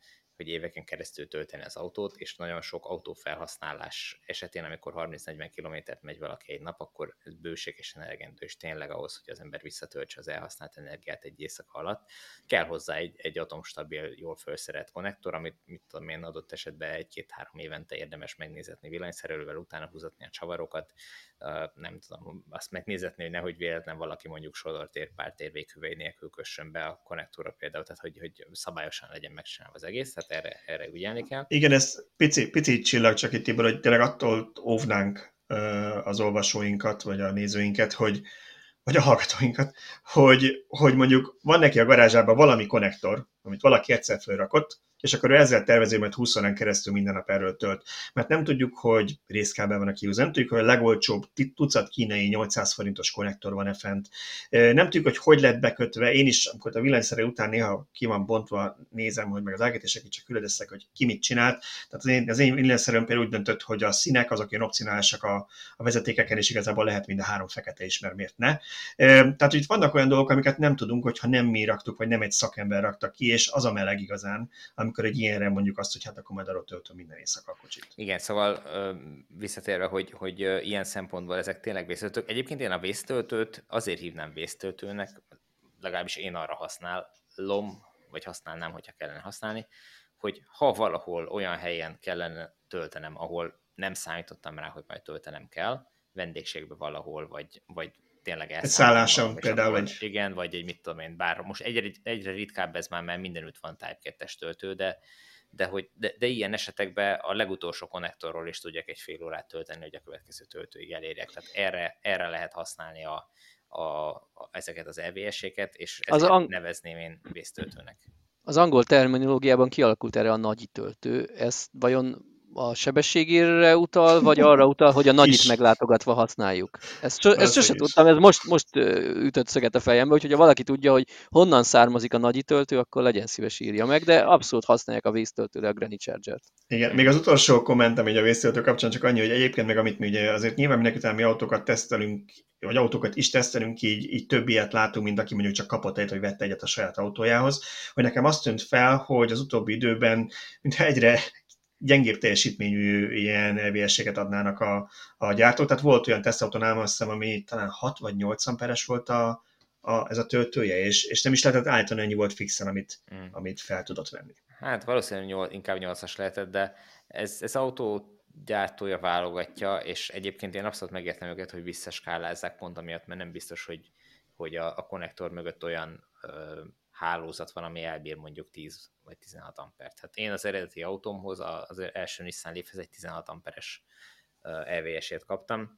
hogy éveken keresztül tölteni az autót, és nagyon sok autófelhasználás esetén, amikor 30-40 kilométert megy valaki egy nap, akkor ez bőségesen elegendő, és tényleg ahhoz, hogy az ember visszatöltse az elhasznált energiát egy éjszaka alatt, kell hozzá egy atomstabil, jól felszerelt konnektor, amit mit tudom én, adott esetben 1-2-3 évente érdemes megnézetni villanyszerelővel, utána húzatni a csavarokat, nem tudom, azt megnézetni, hogy nehogy véletlen valaki mondjuk sodortér, pártér véghüvely nélkül kössön be a konnektorra például, tehát hogy szabályosan legyen megcsinálva az egész, tehát erre ügyelni kell. Igen, ez pici csillag csak itt, Tibor, hogy tényleg attól óvnánk az olvasóinkat, vagy a nézőinket, vagy a hallgatóinkat, hogy mondjuk van neki a garázsában valami konnektor, amit valaki egyszer felrakott, és akkor ő ezzel tervezi, majd 20 órán keresztül minden nap erről tölt. Mert nem tudjuk, hogy részkábel van a kihúzva, nem tudjuk, hogy a legolcsóbb tucat kínai 800 forintos konnektor van-e fent. Nem tudjuk, hogy lett bekötve. Én is, amikor a villanyszerelő után néha ki van bontva, nézem, hogy meg az ágítések csak üledeszek, hogy ki mit csinált. Tehát az én villanyszerelőm például úgy döntött, hogy a színek azok ilyen opcionálisak a vezetékeken, és igazából lehet mind a 3 fekete is, mert miért ne. Tehát, hogy itt vannak olyan dolgok, amiket nem tudunk, hogyha nem mi raktuk, vagy nem egy szakember rakta ki, és az a meleg igazán, amikor egy ilyenre mondjuk azt, hogy hát akkor majd arról töltöm minden éjszaka a kocsit. Igen, szóval visszatérve, hogy ilyen szempontból ezek tényleg vésztöltők. Egyébként én a vésztöltőt azért hívnám vésztöltőnek, legalábbis én arra használom, vagy használnám, hogyha kellene használni, hogy ha valahol olyan helyen kellene töltenem, ahol nem számítottam rá, hogy majd töltenem kell, vendégségbe valahol, vagy tényleg egy szálláson például egy... Igen, vagy egy mit tudom én, bár most egyre ritkább ez már, mert mindenütt van Type 2-es töltő, de ilyen esetekben a legutolsó konnektorról is tudják egy fél órát tölteni, hogy a következő töltőig elérjek. Tehát erre lehet használni ezeket az EVS-éket, és ezt nevezném én vésztöltőnek. Az angol terminológiában kialakult erre a nagyi töltő. Ez vajon a sebességére utal, vagy arra utal, hogy a nagyit meglátogatva használjuk? Ezt sose tudtam, ez most ütött szöget a fejembe, úgyhogy ha valaki tudja, hogy honnan származik a nagyi töltő, akkor legyen szíves írja meg, de abszolút használják a vésztöltőre a Granny Charger-t. Igen, még az utolsó kommentem így a vésztöltő kapcsán csak annyi, hogy egyébként meg amit mi ugye azért nyilván mindenki mi autókat tesztelünk, vagy autókat is tesztelünk, így több ilyet látunk, mint aki mondjuk csak kapott egyet, vagy vette egyet a saját autójához, hogy nekem azt tűnt fel, hogy az utóbbi időben mintha egyre gyengébb teljesítményű ilyen EVS-eket adnának a gyártók. Tehát volt olyan tesztautónál, azt hiszem, ami talán 6 vagy 8 amperes volt ez a töltője, és nem is lehetett állítani, ennyi volt fixen, amit fel tudott venni. Hát valószínűleg inkább 8-as lehetett, de ez autó gyártója válogatja, és egyébként én abszolút megértem őket, hogy visszaskálázzák pont amiatt, mert nem biztos, hogy a konnektor mögött olyan hálózat van, ami elbír mondjuk 10 vagy 16 ampert. Hát én az eredeti autómhoz, az első Nissan Leafhez egy 16 amperes EVS-ét kaptam,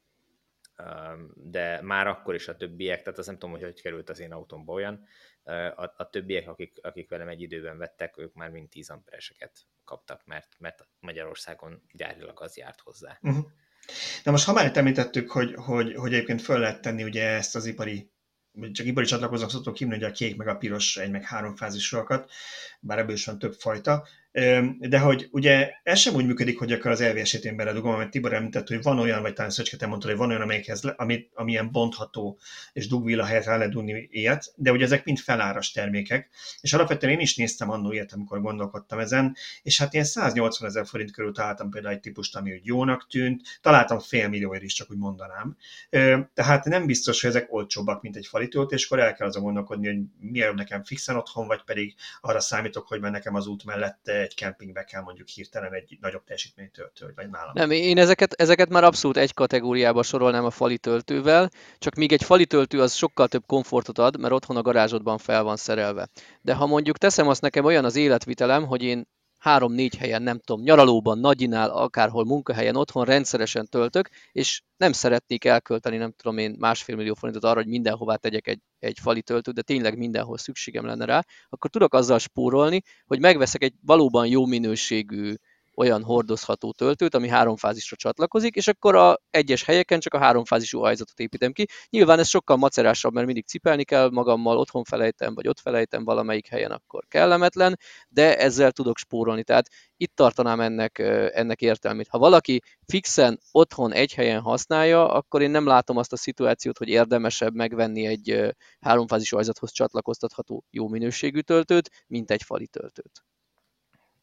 de már akkor is a többiek, tehát azt nem tudom, hogy került az én autómba olyan, a többiek, akik velem egy időben vettek, ők már mind 10 ampereseket kaptak, mert Magyarországon gyárilag az járt hozzá. Uh-huh. Na most, ha már itt említettük, hogy egyébként föl lehet tenni ugye ezt az csak ipari csatlakozók szoktuk hívni, ugye a kék, meg a piros, meg 3 fázisúakat, bár ebből is van több fajta, de hogy ugye ez sem úgy működik, hogy akkor az LVS-ét én beledugom, amit Tibor említett, hogy van olyan, vagy talán Szöcske, te mondtad, hogy van olyan, ami ilyen bontható, és dugvilla helyett rá lehet dugni ilyet, de ugye ezek mind feláras termékek, és alapvetően én is néztem annó ilyet, amikor gondolkodtam ezen, és hát ilyen 180 000 forint körül találtam például egy típust, ami úgy jónak tűnt, találtam $500 000 is, csak úgy mondanám. Tehát nem biztos, hogy ezek olcsóbbak, mint egy fali töltéskor, el kell azon gondolkodni, hogy miért nekem fixen otthon, vagy pedig arra számítok, hogy nekem az út mellett egy kempingbe kell mondjuk hirtelen egy nagyobb teljesítmény töltő, vagy nálam. Nem, én ezeket már abszolút egy kategóriába sorolnám a fali töltővel, csak még egy fali töltő az sokkal több komfortot ad, mert otthon a garázsodban fel van szerelve. De ha mondjuk teszem azt, nekem olyan az életvitelem, hogy én 3-4 helyen, nem tudom, nyaralóban, nagyinál, akárhol munkahelyen, otthon rendszeresen töltök, és nem szeretnék elkölteni, nem tudom én, $1,5 millió forintot arra, hogy mindenhová tegyek egy fali töltőt, de tényleg mindenhol szükségem lenne rá, akkor tudok azzal spórolni, hogy megveszek egy valóban jó minőségű olyan hordozható töltőt, ami 3 fázisra csatlakozik, és akkor a egyes helyeken csak a 3 fázisú hajzatot építem ki. Nyilván ez sokkal macerásabb, mert mindig cipelni kell magammal, otthon felejtem, vagy ott felejtem valamelyik helyen, akkor kellemetlen, de ezzel tudok spórolni. Tehát itt tartanám ennek értelmét. Ha valaki fixen otthon egy helyen használja, akkor én nem látom azt a szituációt, hogy érdemesebb megvenni egy 3 fázisú hajzathoz csatlakoztatható jó minőségű töltőt, mint egy fali töltőt.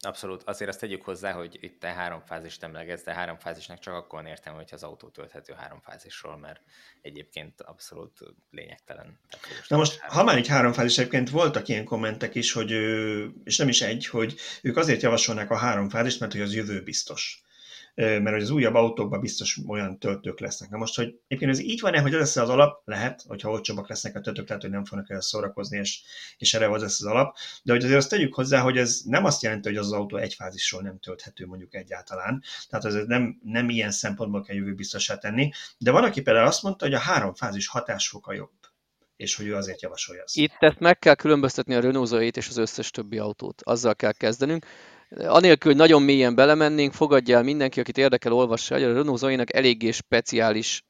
Abszolút. Azért azt tegyük hozzá, hogy itt te háromfázist emlegetsz, de háromfázisnak csak akkor van értelme, hogyha az autó tölthető háromfázisról, mert egyébként abszolút lényegtelen. Na most, ha már így háromfázis, egyébként voltak ilyen kommentek is, hogy, és nem is egy, hogy ők azért javasolnák a háromfázist, mert hogy az jövőbiztos. Mert hogy az újabb autókban biztos olyan töltők lesznek. Na most, hogy egyébként ez így van-e, hogy ez lesz az alap? Lehet, hogyha olcsóbbak lesznek a töltők, lehet, hogy nem fognak el szórakozni, és erre az lesz az alap. De hogy azért azt tegyük hozzá, hogy ez nem azt jelenti, hogy az autó egy fázisról nem tölthető mondjuk egyáltalán. Tehát ez nem ilyen szempontból kell jövőbiztossá tenni. De van, aki például azt mondta, hogy a háromfázis hatásfoka jobb, és hogy ő azért javasolja ezt. Itt ezt meg kell különböztetni a Renault Zoe-t és az összes többi autót. Azzal kell kezdenünk. Anélkül, hogy nagyon mélyen belemennénk, fogadja el mindenki, akit érdekel, olvassa, hogy a Renault Zoe-nak eléggé speciális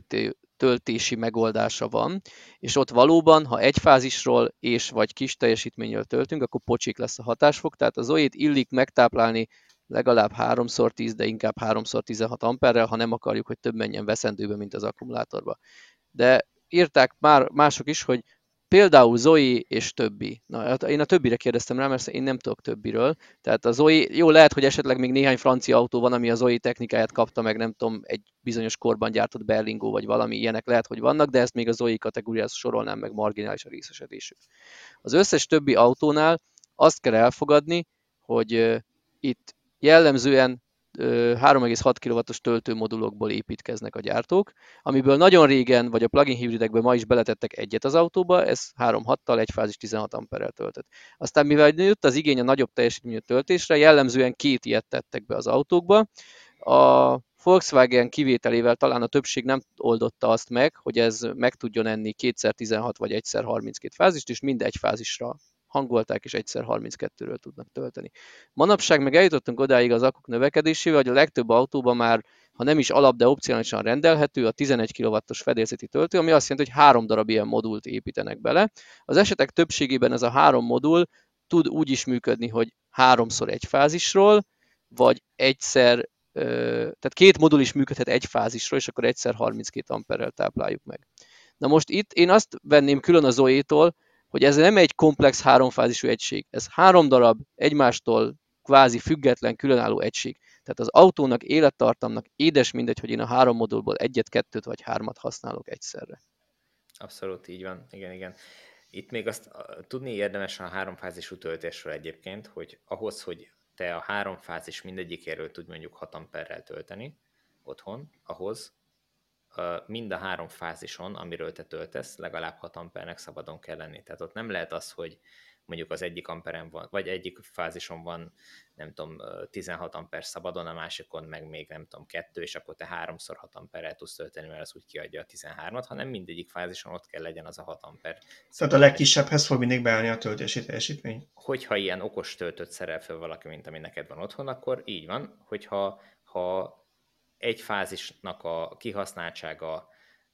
töltési megoldása van, és ott valóban, ha egyfázisról és vagy kis teljesítménnyel töltünk, akkor pocsik lesz a hatásfok, tehát a Zoe-t illik megtáplálni legalább 3x10, de inkább 3x16 amperrel, ha nem akarjuk, hogy több menjen veszendőbe, mint az akkumulátorba. De írták már mások is, hogy például Zoe és többi. Na, hát én a többire kérdeztem rá, mert én nem tudok többiről. Tehát a Zoe, jó, lehet, hogy esetleg még néhány francia autó van, ami a Zoe technikáját kapta, meg nem tudom, egy bizonyos korban gyártott Berlingo, vagy valami ilyenek lehet, hogy vannak, de ezt még a Zoe kategóriához sorolnám, meg marginális a részesedésük. Az összes többi autónál azt kell elfogadni, hogy itt jellemzően 3,6 kW-os töltőmodulokból építkeznek a gyártók, amiből nagyon régen, vagy a plug-in hibridekben ma is beletettek egyet az autóba, ez 3.6-tal egyfázis 16 amperrel töltött. Aztán mivel nőtt az igény a nagyobb teljesítményű töltésre, jellemzően 2 ilyet tettek be az autókba. A Volkswagen kivételével talán a többség nem oldotta azt meg, hogy ez meg tudjon enni 2x16 vagy 1x32 fázist, és mind egy fázisra hangolták, és 1x32-ről tudnak tölteni. Manapság meg eljutottunk odáig az akkuk növekedésével, hogy a legtöbb autóban már, ha nem is alap, de opcionálisan rendelhető a 11 kW-os fedélzeti töltő, ami azt jelenti, hogy 3 darab ilyen modult építenek bele. Az esetek többségében ez a 3 modul tud úgy is működni, hogy 3x egy fázisról, vagy egyszer, tehát 2 modul is működhet egy fázisról, és akkor egyszer 32 amperrel tápláljuk meg. Na most itt én azt venném külön a Zoe-tól, hogy ez nem egy komplex háromfázisú egység. Ez 3 darab egymástól kvázi független, különálló egység. Tehát az autónak, élettartamnak édes mindegy, hogy én a 3 modulból 1, 2 vagy 3 használok egyszerre. Abszolút így van, igen. Itt még azt tudni érdemes a háromfázisú töltésről egyébként, hogy ahhoz, hogy te a háromfázis mindegyikéről tud mondjuk 6 amperrel tölteni otthon, ahhoz mind a 3 fázison, amiről te töltesz, legalább 6 ampernek szabadon kell lenni. Tehát ott nem lehet az, hogy mondjuk az egyik amperen van, vagy egyik fázison van, nem tudom, 16 amper szabadon, a másikon meg még nem tudom, 2, és akkor te 3x6 amperrel tudsz tölteni, mert az úgy kiadja a 13-at, hanem mindegyik fázison ott kell legyen az a 6 amper. Tehát a legkisebbhez fog mindig beállni a töltési teljesítmény? Hogyha ilyen okos töltőt szerel fel valaki, mint ami neked van otthon, akkor így van, hogyha egy fázisnak a kihasználtsága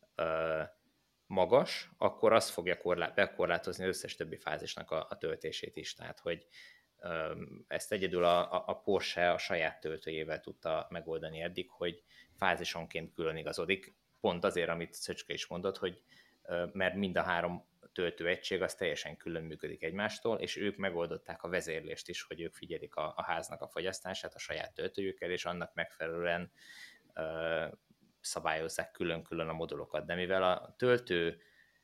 magas, akkor az fogja bekorlátozni az összes többi fázisnak a töltését is. Tehát, hogy ezt egyedül a Porsche a saját töltőjével tudta megoldani eddig, hogy fázisonként külön igazodik. Pont azért, amit Szöcske is mondott, hogy mert mind a 3 töltőegység az teljesen külön működik egymástól, és ők megoldották a vezérlést is, hogy ők figyelik a háznak a fogyasztását a saját töltőjükkel, és annak megfelelően szabályozzák külön-külön a modulokat. De mivel a töltő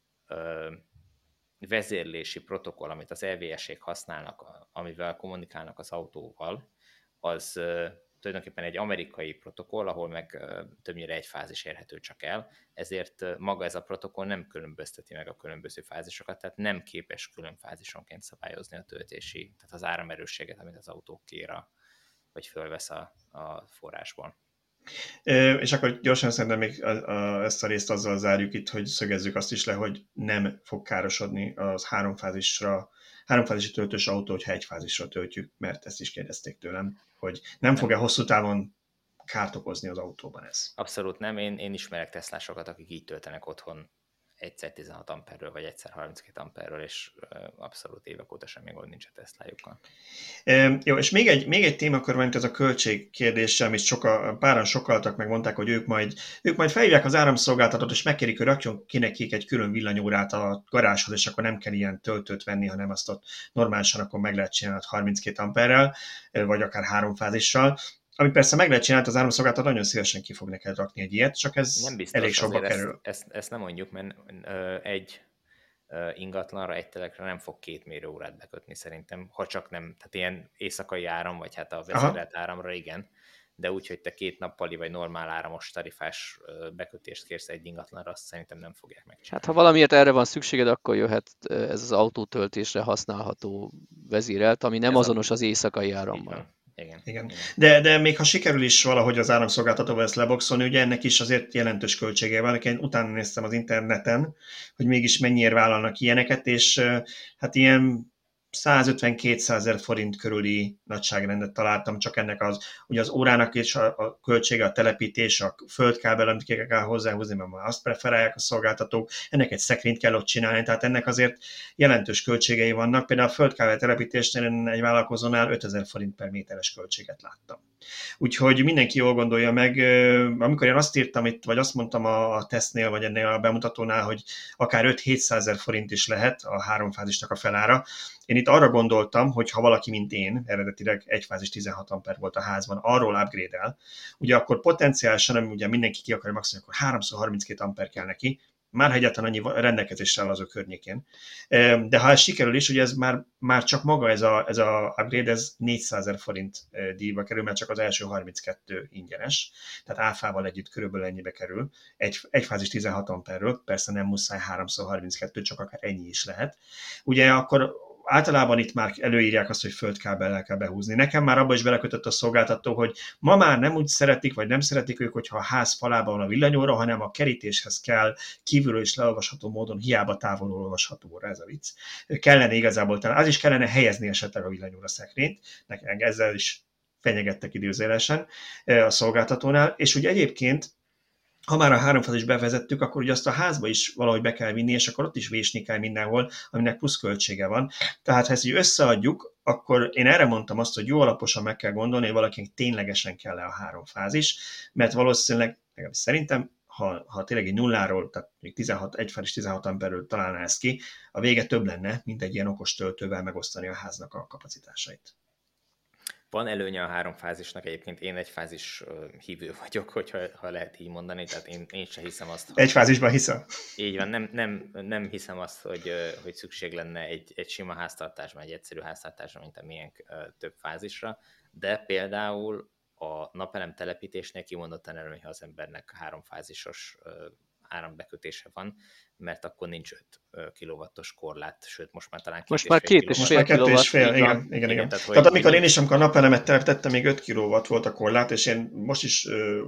vezérlési protokoll, amit az EVS-ék használnak, amivel kommunikálnak az autóval, az tulajdonképpen egy amerikai protokoll, ahol meg többnyire egy fázis érhető csak el, ezért maga ez a protokoll nem különbözteti meg a különböző fázisokat, tehát nem képes külön fázisonként szabályozni a töltési, tehát az áramerősséget, amit az autó kér, vagy fölvesz a forrásban. És akkor gyorsan szerintem még ezt a részt azzal zárjuk itt, hogy szögezzük azt is le, hogy nem fog károsodni az háromfázisi töltős autó, hogyha egy fázisra töltjük, mert ezt is kérdezték tőlem, hogy nem fog-e hosszú távon kárt okozni az autóban ez. Abszolút nem, én ismerek teszlásokat, akik így töltenek otthon egyszer 16 amperről, vagy egyszer 32 amperről, és abszolút évek óta semmi gond nincs a Teslájukkal. Jó, és még egy témakör van, ez a költség kérdése, amit páran sokaltak, meg mondták, hogy ők majd felhívják az áramszolgáltatót, és megkérik, hogy rakjon ki nekik egy külön villanyórát a garázshoz, és akkor nem kell ilyen töltőt venni, hanem azt ott normálisan akkor meg lehet csinálni 32 amperrel, vagy akár 3 fázissal. Ami persze meg lehet csinálni, az áramszolgáltató nagyon szívesen ki fog neked rakni egy ilyet, csak ez nem biztos, elég sokba kerül. Ezt nem mondjuk, mert egy ingatlanra, egy telekre nem fog 2 mérőórát bekötni szerintem, ha csak nem, tehát ilyen éjszakai áram, vagy hát a vezérelt áramra igen, de úgy, hogy te 2 nappali vagy normál áramos tarifás bekötést kérsz egy ingatlanra, azt szerintem nem fogják megcsinálni. Hát ha valamiért erre van szükséged, akkor jöhet ez az autótöltésre használható vezérelt, ami nem azonos az éjszakai árammal. Igen. De még ha sikerül is valahogy az áramszolgáltatóval ezt leboxolni, ugye ennek is azért jelentős költsége van. Én utána néztem az interneten, hogy mégis mennyire vállalnak ilyeneket, és hát ilyen 150-200 ezer forint körüli nagyságrendet találtam, csak ennek ugye az órának és a költsége, a telepítés, a földkábel, amit kell hozzáhúzni, mert már azt preferálják a szolgáltatók, ennek egy szekrényt kell ott csinálni, tehát ennek azért jelentős költségei vannak. Például a földkábel telepítésnél egy vállalkozónál 5000 forint per méteres költséget láttam. Úgyhogy mindenki jól gondolja meg, amikor én azt írtam itt, vagy azt mondtam a tesztnél, vagy ennél a bemutatónál, hogy akár 5-700 ezer forint is lehet a 3 fázisnak a felára. Én itt arra gondoltam, hogy ha valaki, mint én, eredetileg egyfázis 16 amper volt a házban, arról upgrade-el, ugye akkor potenciálisan, ami ugye mindenki ki akarja maximum, akkor 3x32 amper kell neki, már ha egyáltalán annyi rendelkezésre áll az ő környékén. De ha ez sikerül is, ugye ez már csak maga ez a upgrade, ez 400 000 forint díjba kerül, mert csak az első 32 ingyenes, tehát áfával együtt körülbelül ennyibe kerül, egyfázis 16 amperről, persze nem muszáj 3x32, csak akár ennyi is lehet. Ugye akkor általában itt már előírják azt, hogy földkábellel kell behúzni. Nekem már abba is belekötött a szolgáltató, hogy ma már nem úgy szeretik, vagy nem szeretik ők, hogyha a ház falában van a villanyóra, hanem a kerítéshez kell kívülről is leolvasható módon, hiába távolról olvasható óra, ez a vicc. Kellene igazából, az is kellene helyezni esetleg a villanyóra szekrényt, nekem ezzel is fenyegettek időzélesen a szolgáltatónál, és úgy egyébként ha már a 3-fázist bevezettük, akkor ugye azt a házba is valahogy be kell vinni, és akkor ott is vésni kell mindenhol, aminek plusz költsége van. Tehát ha ezt így összeadjuk, akkor én erre mondtam azt, hogy jó alaposan meg kell gondolni, hogy valakinek ténylegesen kell a 3 fázis, mert valószínűleg, legalábbis szerintem, ha tényleg egy nulláról, tehát még 16 amperről találná ezt ki, a vége több lenne, mint egy ilyen okos töltővel megosztani a háznak a kapacitásait. Van előnye a 3 fázisnak, egyébként én egyfázis hívő vagyok, ha lehet így mondani, tehát én sem hiszem azt, hogy... Egyfázisban hiszem? Így van, nem hiszem azt, hogy szükség lenne egy sima háztartásban, egy egyszerű háztartásban, mint amilyen több fázisra, de például a napelem telepítésnél kimondottan előny, ha az embernek 3 fázisos árambekötése van, mert akkor nincs 5 kilowattos korlát, sőt most már talán 2,5 igen. Tehát amikor én is, amikor a napelemet telepítettem, még 5 kilowatt volt a korlát, és én most is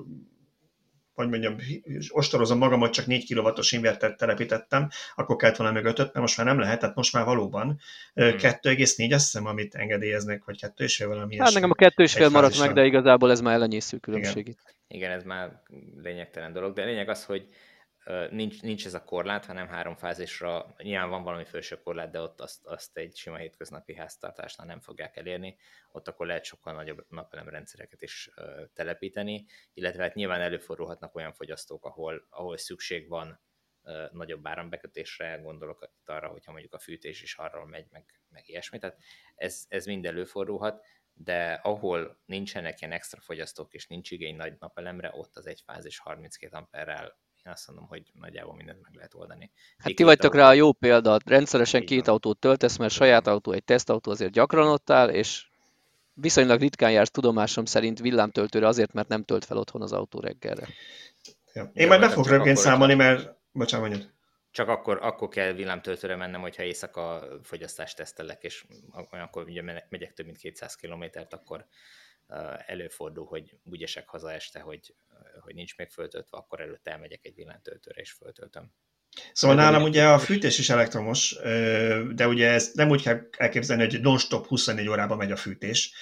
hogy mondjam, ostorozom magam, hogy csak 4 kilowattos invertert telepítettem, akkor kellett volna meg 5-öt, mert most már nem lehet, tehát most már valóban 2,4, azt hiszem, amit engedélyeznek, vagy 2,5 valami. Hát nekem a 2,5 maradt meg, de igazából ez már elenyésző különbség. Igen, ez már lényegtelen dolog, de lényeg az, hogy nincs ez a korlát, hanem 3 fázisra, nyilván van valami felső korlát, de ott azt egy sima hétköznapi háztartásnál nem fogják elérni, ott akkor lehet sokkal nagyobb napelemrendszereket is telepíteni, illetve hát nyilván előfordulhatnak olyan fogyasztók, ahol szükség van nagyobb árambekötésre, gondolok arra, hogyha mondjuk a fűtés is arról megy, meg ilyesmi, tehát ez mind előfordulhat, de ahol nincsenek ilyen extra fogyasztók és nincs igény nagy napelemre, ott az egyfázis 32 amperrel én azt mondom, hogy nagyjából mindent meg lehet oldani. Hát ti vagytok rá a jó példa, rendszeresen 2 autót töltesz, mert saját autó, egy tesztautó azért gyakran ott áll, és viszonylag ritkán jársz tudomásom szerint villámtöltőre azért, mert nem tölt fel otthon az autó reggelre. Ja. Én majd be fogok rögtön számolni, mert... Bocsánat, mondjad. Csak akkor kell villámtöltőre mennem, hogyha éjszaka fogyasztást tesztelek, és olyankor ugye megyek több mint 200 kilométert, akkor előfordul, hogy úgy esek haza este, hogy nincs még föltöltve, akkor előtte elmegyek egy villámtöltőre és föltöltöm. Szóval nálam ugye a fűtés is elektromos, de ugye ezt nem úgy kell elképzelni, hogy non-stop 24 órában megy a fűtés.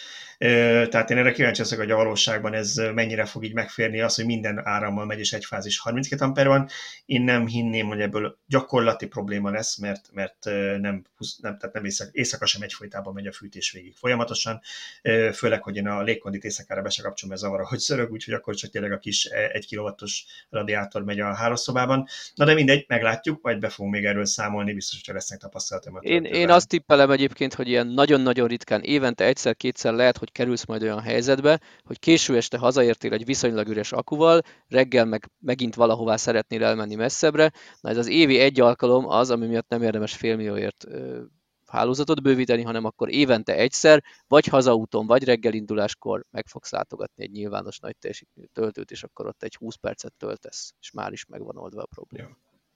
Tehát én erre kíváncsi leszek, hogy a valóságban ez mennyire fog így megférni az, hogy minden árammal megy, és egyfázis 32 amper van. Én nem hinném, hogy ebből gyakorlati probléma lesz, mert nem éjszaka sem egyfolytában megy a fűtés végig folyamatosan, főleg, hogy én a légkondit éjszakára be se kapcsolom, mert zavar, hogy szörög, úgyhogy akkor csak tényleg a kis 1 kW-os radiátor megy a hálószobában. Na de mindegy, meglátjuk, majd be fogunk még erről számolni, biztos, hogy lesznek tapasztalatom. Én azt tippelem egyébként, hogy ilyen nagyon-nagyon ritkán, évente egyszer-kétszer lehet, hogy kerülsz majd olyan helyzetbe, hogy késő este hazaértél egy viszonylag üres akuval, reggel meg megint valahová szeretnél elmenni messzebbre. Na ez az évi egy alkalom az, ami miatt nem érdemes félmillióért hálózatot bővíteni, hanem akkor évente egyszer, vagy hazaúton, vagy reggelinduláskor meg fogsz látogatni egy nyilvános nagy teljesítményű töltőt, és akkor ott egy 20 percet töltesz, és már is megvan oldva a probléma.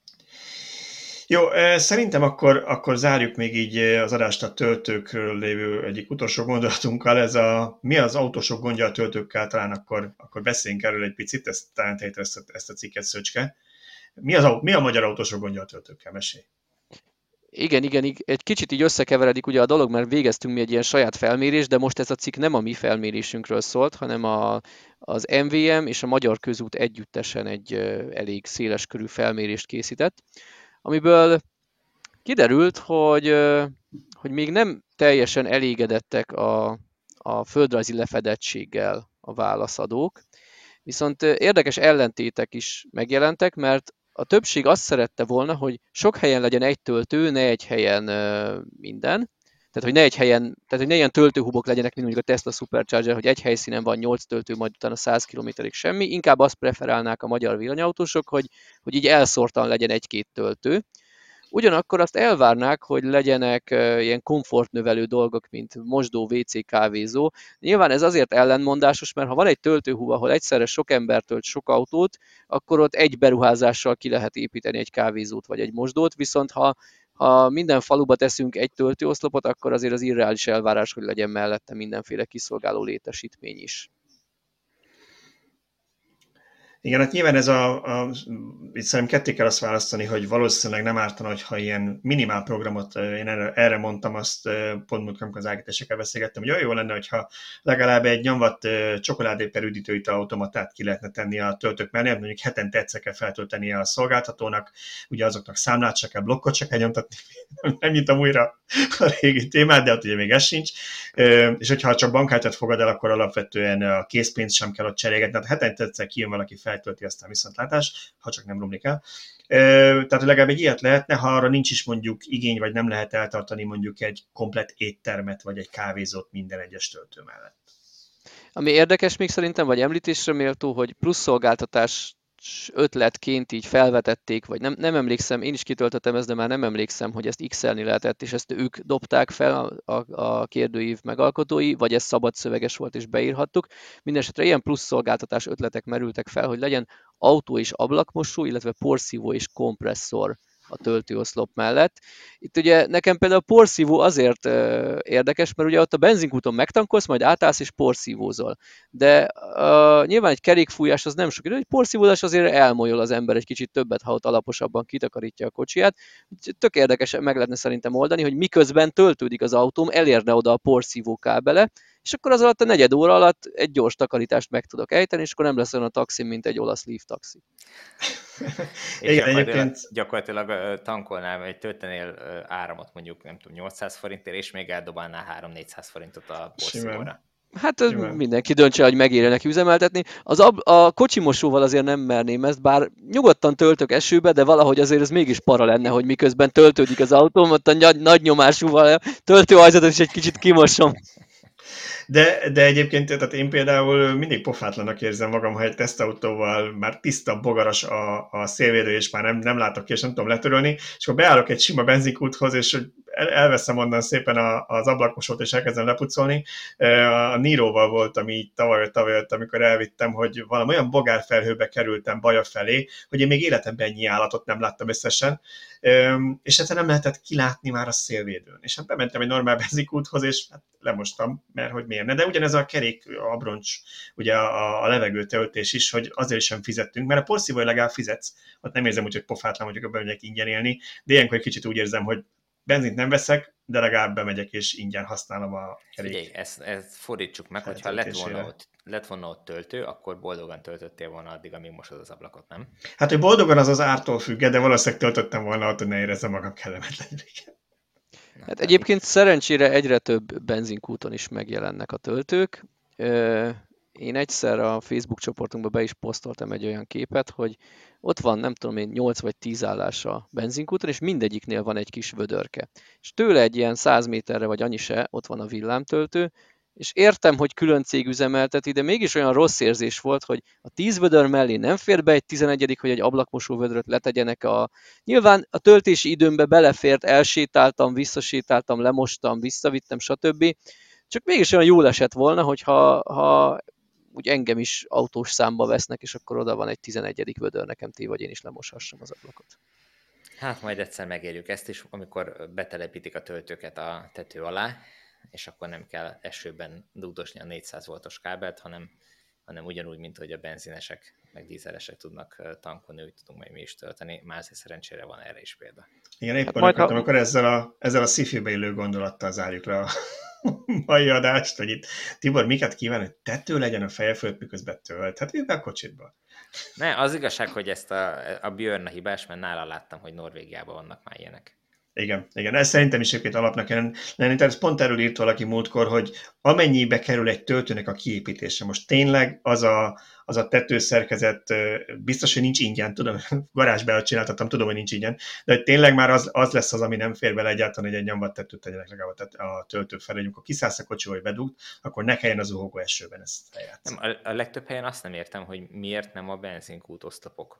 Jó, szerintem akkor zárjuk még így az adást a töltőkről lévő egyik utolsó gondolatunkkal. Mi az autósok gondja a töltőkkel, talán akkor beszéljünk erről egy picit, talán te ezt a cikket, Szöcske. Mi a magyar autósok gondja a töltőkkel? Mesélj. Igen, egy kicsit így összekeveredik ugye a dolog, mert végeztünk mi egy ilyen saját felmérést, de most ez a cikk nem a mi felmérésünkről szólt, hanem az MVM és a Magyar Közút együttesen egy elég széleskörű felmérést készített, amiből kiderült, hogy még nem teljesen elégedettek a földrajzi lefedettséggel a válaszadók, viszont érdekes ellentétek is megjelentek, mert a többség azt szerette volna, hogy sok helyen legyen egy töltő, ne egy helyen minden. Tehát, hogy ne ilyen töltőhubok legyenek, mint mondjuk a Tesla Supercharger, hogy egy helyszínen van 8 töltő, majd utána 100 km-ig semmi. Inkább azt preferálnák a magyar villanyautósok, hogy így elszórtan legyen egy-két töltő. Ugyanakkor azt elvárnák, hogy legyenek ilyen komfortnövelő dolgok, mint mosdó, WC, kávézó. Nyilván ez azért ellenmondásos, mert ha van egy töltőhub, ahol egyszerre sok ember tölt sok autót, akkor ott egy beruházással ki lehet építeni egy kávézót vagy egy mosdót, viszont ha minden faluba teszünk egy töltőoszlopot, akkor azért az irreális elvárás, hogy legyen mellette mindenféle kiszolgáló létesítmény is. Igen, hát nyilván itt szerintem ketté kell azt választani, hogy valószínűleg nem ártana, hogyha ilyen minimál programot, én erre mondtam azt, pont múltkor, amikor az ágításekkel beszélgettem, hogy olyan jó lenne, hogyha legalább egy nyomvat csokoládé per üdítőital automatát ki lehetne tenni a töltők mellé, mondjuk hetente egyszer kell feltöltenie a szolgáltatónak, ugye azoknak számlát se kell, blokkot se kell nyomtatni, nem nyitom újra a régi témát, de ott ugye még ez sincs, és hogyha csak bankkártyát fogad el, akkor alapvetően a készpénzt sem kell ott cserélgetni, tehát hetente egyszer kijön valaki, feltölti aztán viszontlátás, ha csak nem romlik el. Tehát legalább egy ilyet lehetne, ha arra nincs is mondjuk igény, vagy nem lehet eltartani mondjuk egy komplett éttermet, vagy egy kávézót minden egyes töltő mellett. Ami érdekes még szerintem, vagy említésre méltó, hogy plusz szolgáltatás ötletként így felvetették, vagy nem emlékszem, én is kitöltöttem ezt, de már nem emlékszem, hogy ezt x-elni lehetett, és ezt ők dobták fel a kérdőív megalkotói, vagy ez szabad szöveges volt, és beírhattuk. Mindenesetre ilyen plusz szolgáltatás ötletek merültek fel, hogy legyen autó és ablakmosó, illetve porszívó és kompresszor a töltőoszlop mellett. Itt ugye nekem például a porszívó azért érdekes, mert ugye ott a benzinkúton megtankolsz, majd átállsz és porszívózol. De nyilván egy kerékfújás az nem sok idő, egy porszívózás azért elmolyol az ember egy kicsit többet, ha ott alaposabban kitakarítja a kocsiját. Tök érdekesen meg lehetne szerintem oldani, hogy miközben töltődik az autóm, elérne oda a porszívó kábele, és akkor az alatt a negyed óra alatt egy gyors takarítást meg tudok ejteni, és akkor nem lesz olyan a taxim, mint egy olasz Leaf taxi. És gyakorlatilag tankolnál, vagy töltenél áramot mondjuk, nem tudom, 800 forintért, és még eldobálnál 300-400 forintot a porszívóra. Hát mindenki döntse, hogy megérje neki üzemeltetni. A kocsimosóval azért nem merném ezt, bár nyugodtan töltök esőbe, de valahogy azért ez mégis para lenne, hogy miközben töltődik az autóm, ott a nagy nyomásúval a töltőhajzatot is egy kicsit kimosom. De egyébként tehát én például mindig pofátlanak érzem magam, ha egy tesztautóval már tiszta, bogaras a szélvédő, és már nem látok ki, és nem tudom letörölni, és akkor beállok egy sima benzinkúthoz, és elveszem onnan szépen az ablakmosót, és elkezdem lepucolni. A Niroval volt, ami így tavaly, amikor elvittem, hogy valami olyan bogárfelhőbe kerültem Baja felé, hogy én még életemben ennyi állatot nem láttam összesen, és hát nem lehetett kilátni már a szélvédőn. És hát bementem egy normál benzinkúthoz, és hát lemostam, mert hogy miért ne. De ugyanez a kerék abroncs, ugye a levegőtöltés is, hogy azért sem fizettünk, mert a porszívói legalább fizetsz, ott nem érzem úgy, hogy pofátlan vagyok, abban megyek ingyen élni, de ilyenkor egy kicsit úgy érzem, hogy benzint nem veszek, de legalább bemegyek és ingyen használom a kerék. Figyelj, ezt fordítsuk meg, hogyha lett volna ott töltő, akkor boldogan töltöttél volna addig, amíg mosod az ablakot, nem? Hát, hogy boldogan az ártól függ, de valószínűleg töltöttem volna ott, hogy ne érezzem magam kellemetlenül. Hát egyébként szerencsére egyre több benzinkúton is megjelennek a töltők. Én egyszer a Facebook csoportunkba be is posztoltam egy olyan képet, hogy ott van, nem tudom én, 8 vagy 10 állás a benzinkúton, és mindegyiknél van egy kis vödörke. És tőle egy ilyen 100 méterre vagy annyi se, ott van a villámtöltő, és értem, hogy külön cég üzemelteti, de mégis olyan rossz érzés volt, hogy a 10 vödör mellé nem fér be egy 11., hogy egy ablakmosó vödröt letegyenek Nyilván a töltési időmbe belefért, elsétáltam, visszasétáltam, lemostam, visszavittem, stb. Csak mégis olyan jól esett volna, hogyha úgy engem is autós számba vesznek, és akkor oda van egy 11. vödör nekem vagy én is lemoshassam az ablakot. Hát majd egyszer megérjük ezt is, amikor betelepítik a töltőket a tető alá, és akkor nem kell esőben dugdosni a 400 voltos kábelt, hanem ugyanúgy, mint hogy a benzinesek, meg dízelesek tudnak tankolni, úgy tudunk majd mi is tölteni. Már szerencsére van erre is példa. Igen, éppen hát akartam, akkor ezzel a sci-fi-be illő gondolattal zárjuk le a mai adást, hogy itt Tibor miket kíván, hogy tető legyen a feje fölött, miközben tölt. Hát jöjjön a kocsitba. Ne, az igazság, hogy ezt a Björn a hibás, mert nála láttam, hogy Norvégiában vannak már ilyenek. Igen, ez szerintem is egyébként alapnak lenni. Tehát ez pont erről írt valaki múltkor, hogy amennyibe kerül egy töltőnek a kiépítése. Most tényleg az a tetőszerkezet, biztos, hogy nincs ingyen, tudom, garázsbe csináltattam, tudom, hogy nincs ingyen, de hogy tényleg már az lesz az, ami nem fér bele egyáltalán, hogy egy nyomvat tetőt tegyenek legalább a töltő felé, amikor kiszállsz a kocsival, hogy bedugd, akkor ne kelljen az zuhogó esőben ezt eljátszani. A legtöbb helyen azt nem értem, hogy miért nem a benzinkút osztopok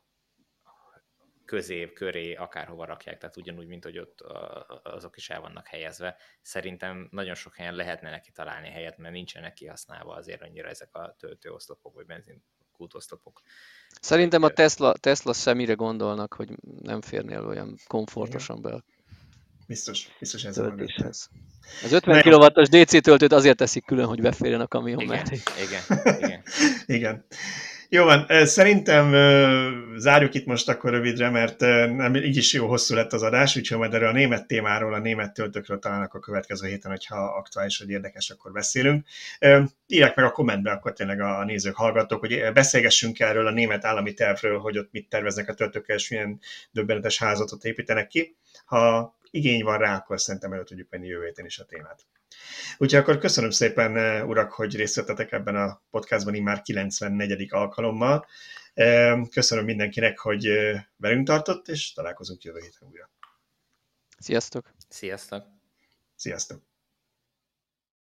köré akárhova rakják, tehát ugyanúgy, mint hogy ott azok is el vannak helyezve. Szerintem nagyon sok helyen lehetne neki találni helyet, mert nincsenek kihasználva azért annyira ezek a töltőoszlopok, vagy benzinkútoszlopok. Szerintem a Tesla semmire gondolnak, hogy nem férnél olyan komfortosan be. Biztos ez töltéshez. Az 50 kW-os DC töltőt azért teszik külön, hogy beférjen a kamion mellé. Igen. Jó van, szerintem zárjuk itt most akkor rövidre, mert így is jó hosszú lett az adás, úgyhogy majd erről a német témáról, a német töltőkről talán a következő héten, hogyha aktuális vagy érdekes, akkor beszélünk. Írják meg a kommentbe akkor tényleg a nézők, hallgatók, hogy beszélgessünk erről a német állami tervről, hogy ott mit terveznek a töltőkkel, és milyen döbbenetes házatot építenek ki. Ha igény van rá, akkor szerintem elő tudjuk venni jövő héten is a témát. Úgyhogy akkor köszönöm szépen, urak, hogy részt vettetek ebben a podcastban immár 94. alkalommal. Köszönöm mindenkinek, hogy velünk tartott, és találkozunk jövő héten újra. Sziasztok! Sziasztok! Sziasztok!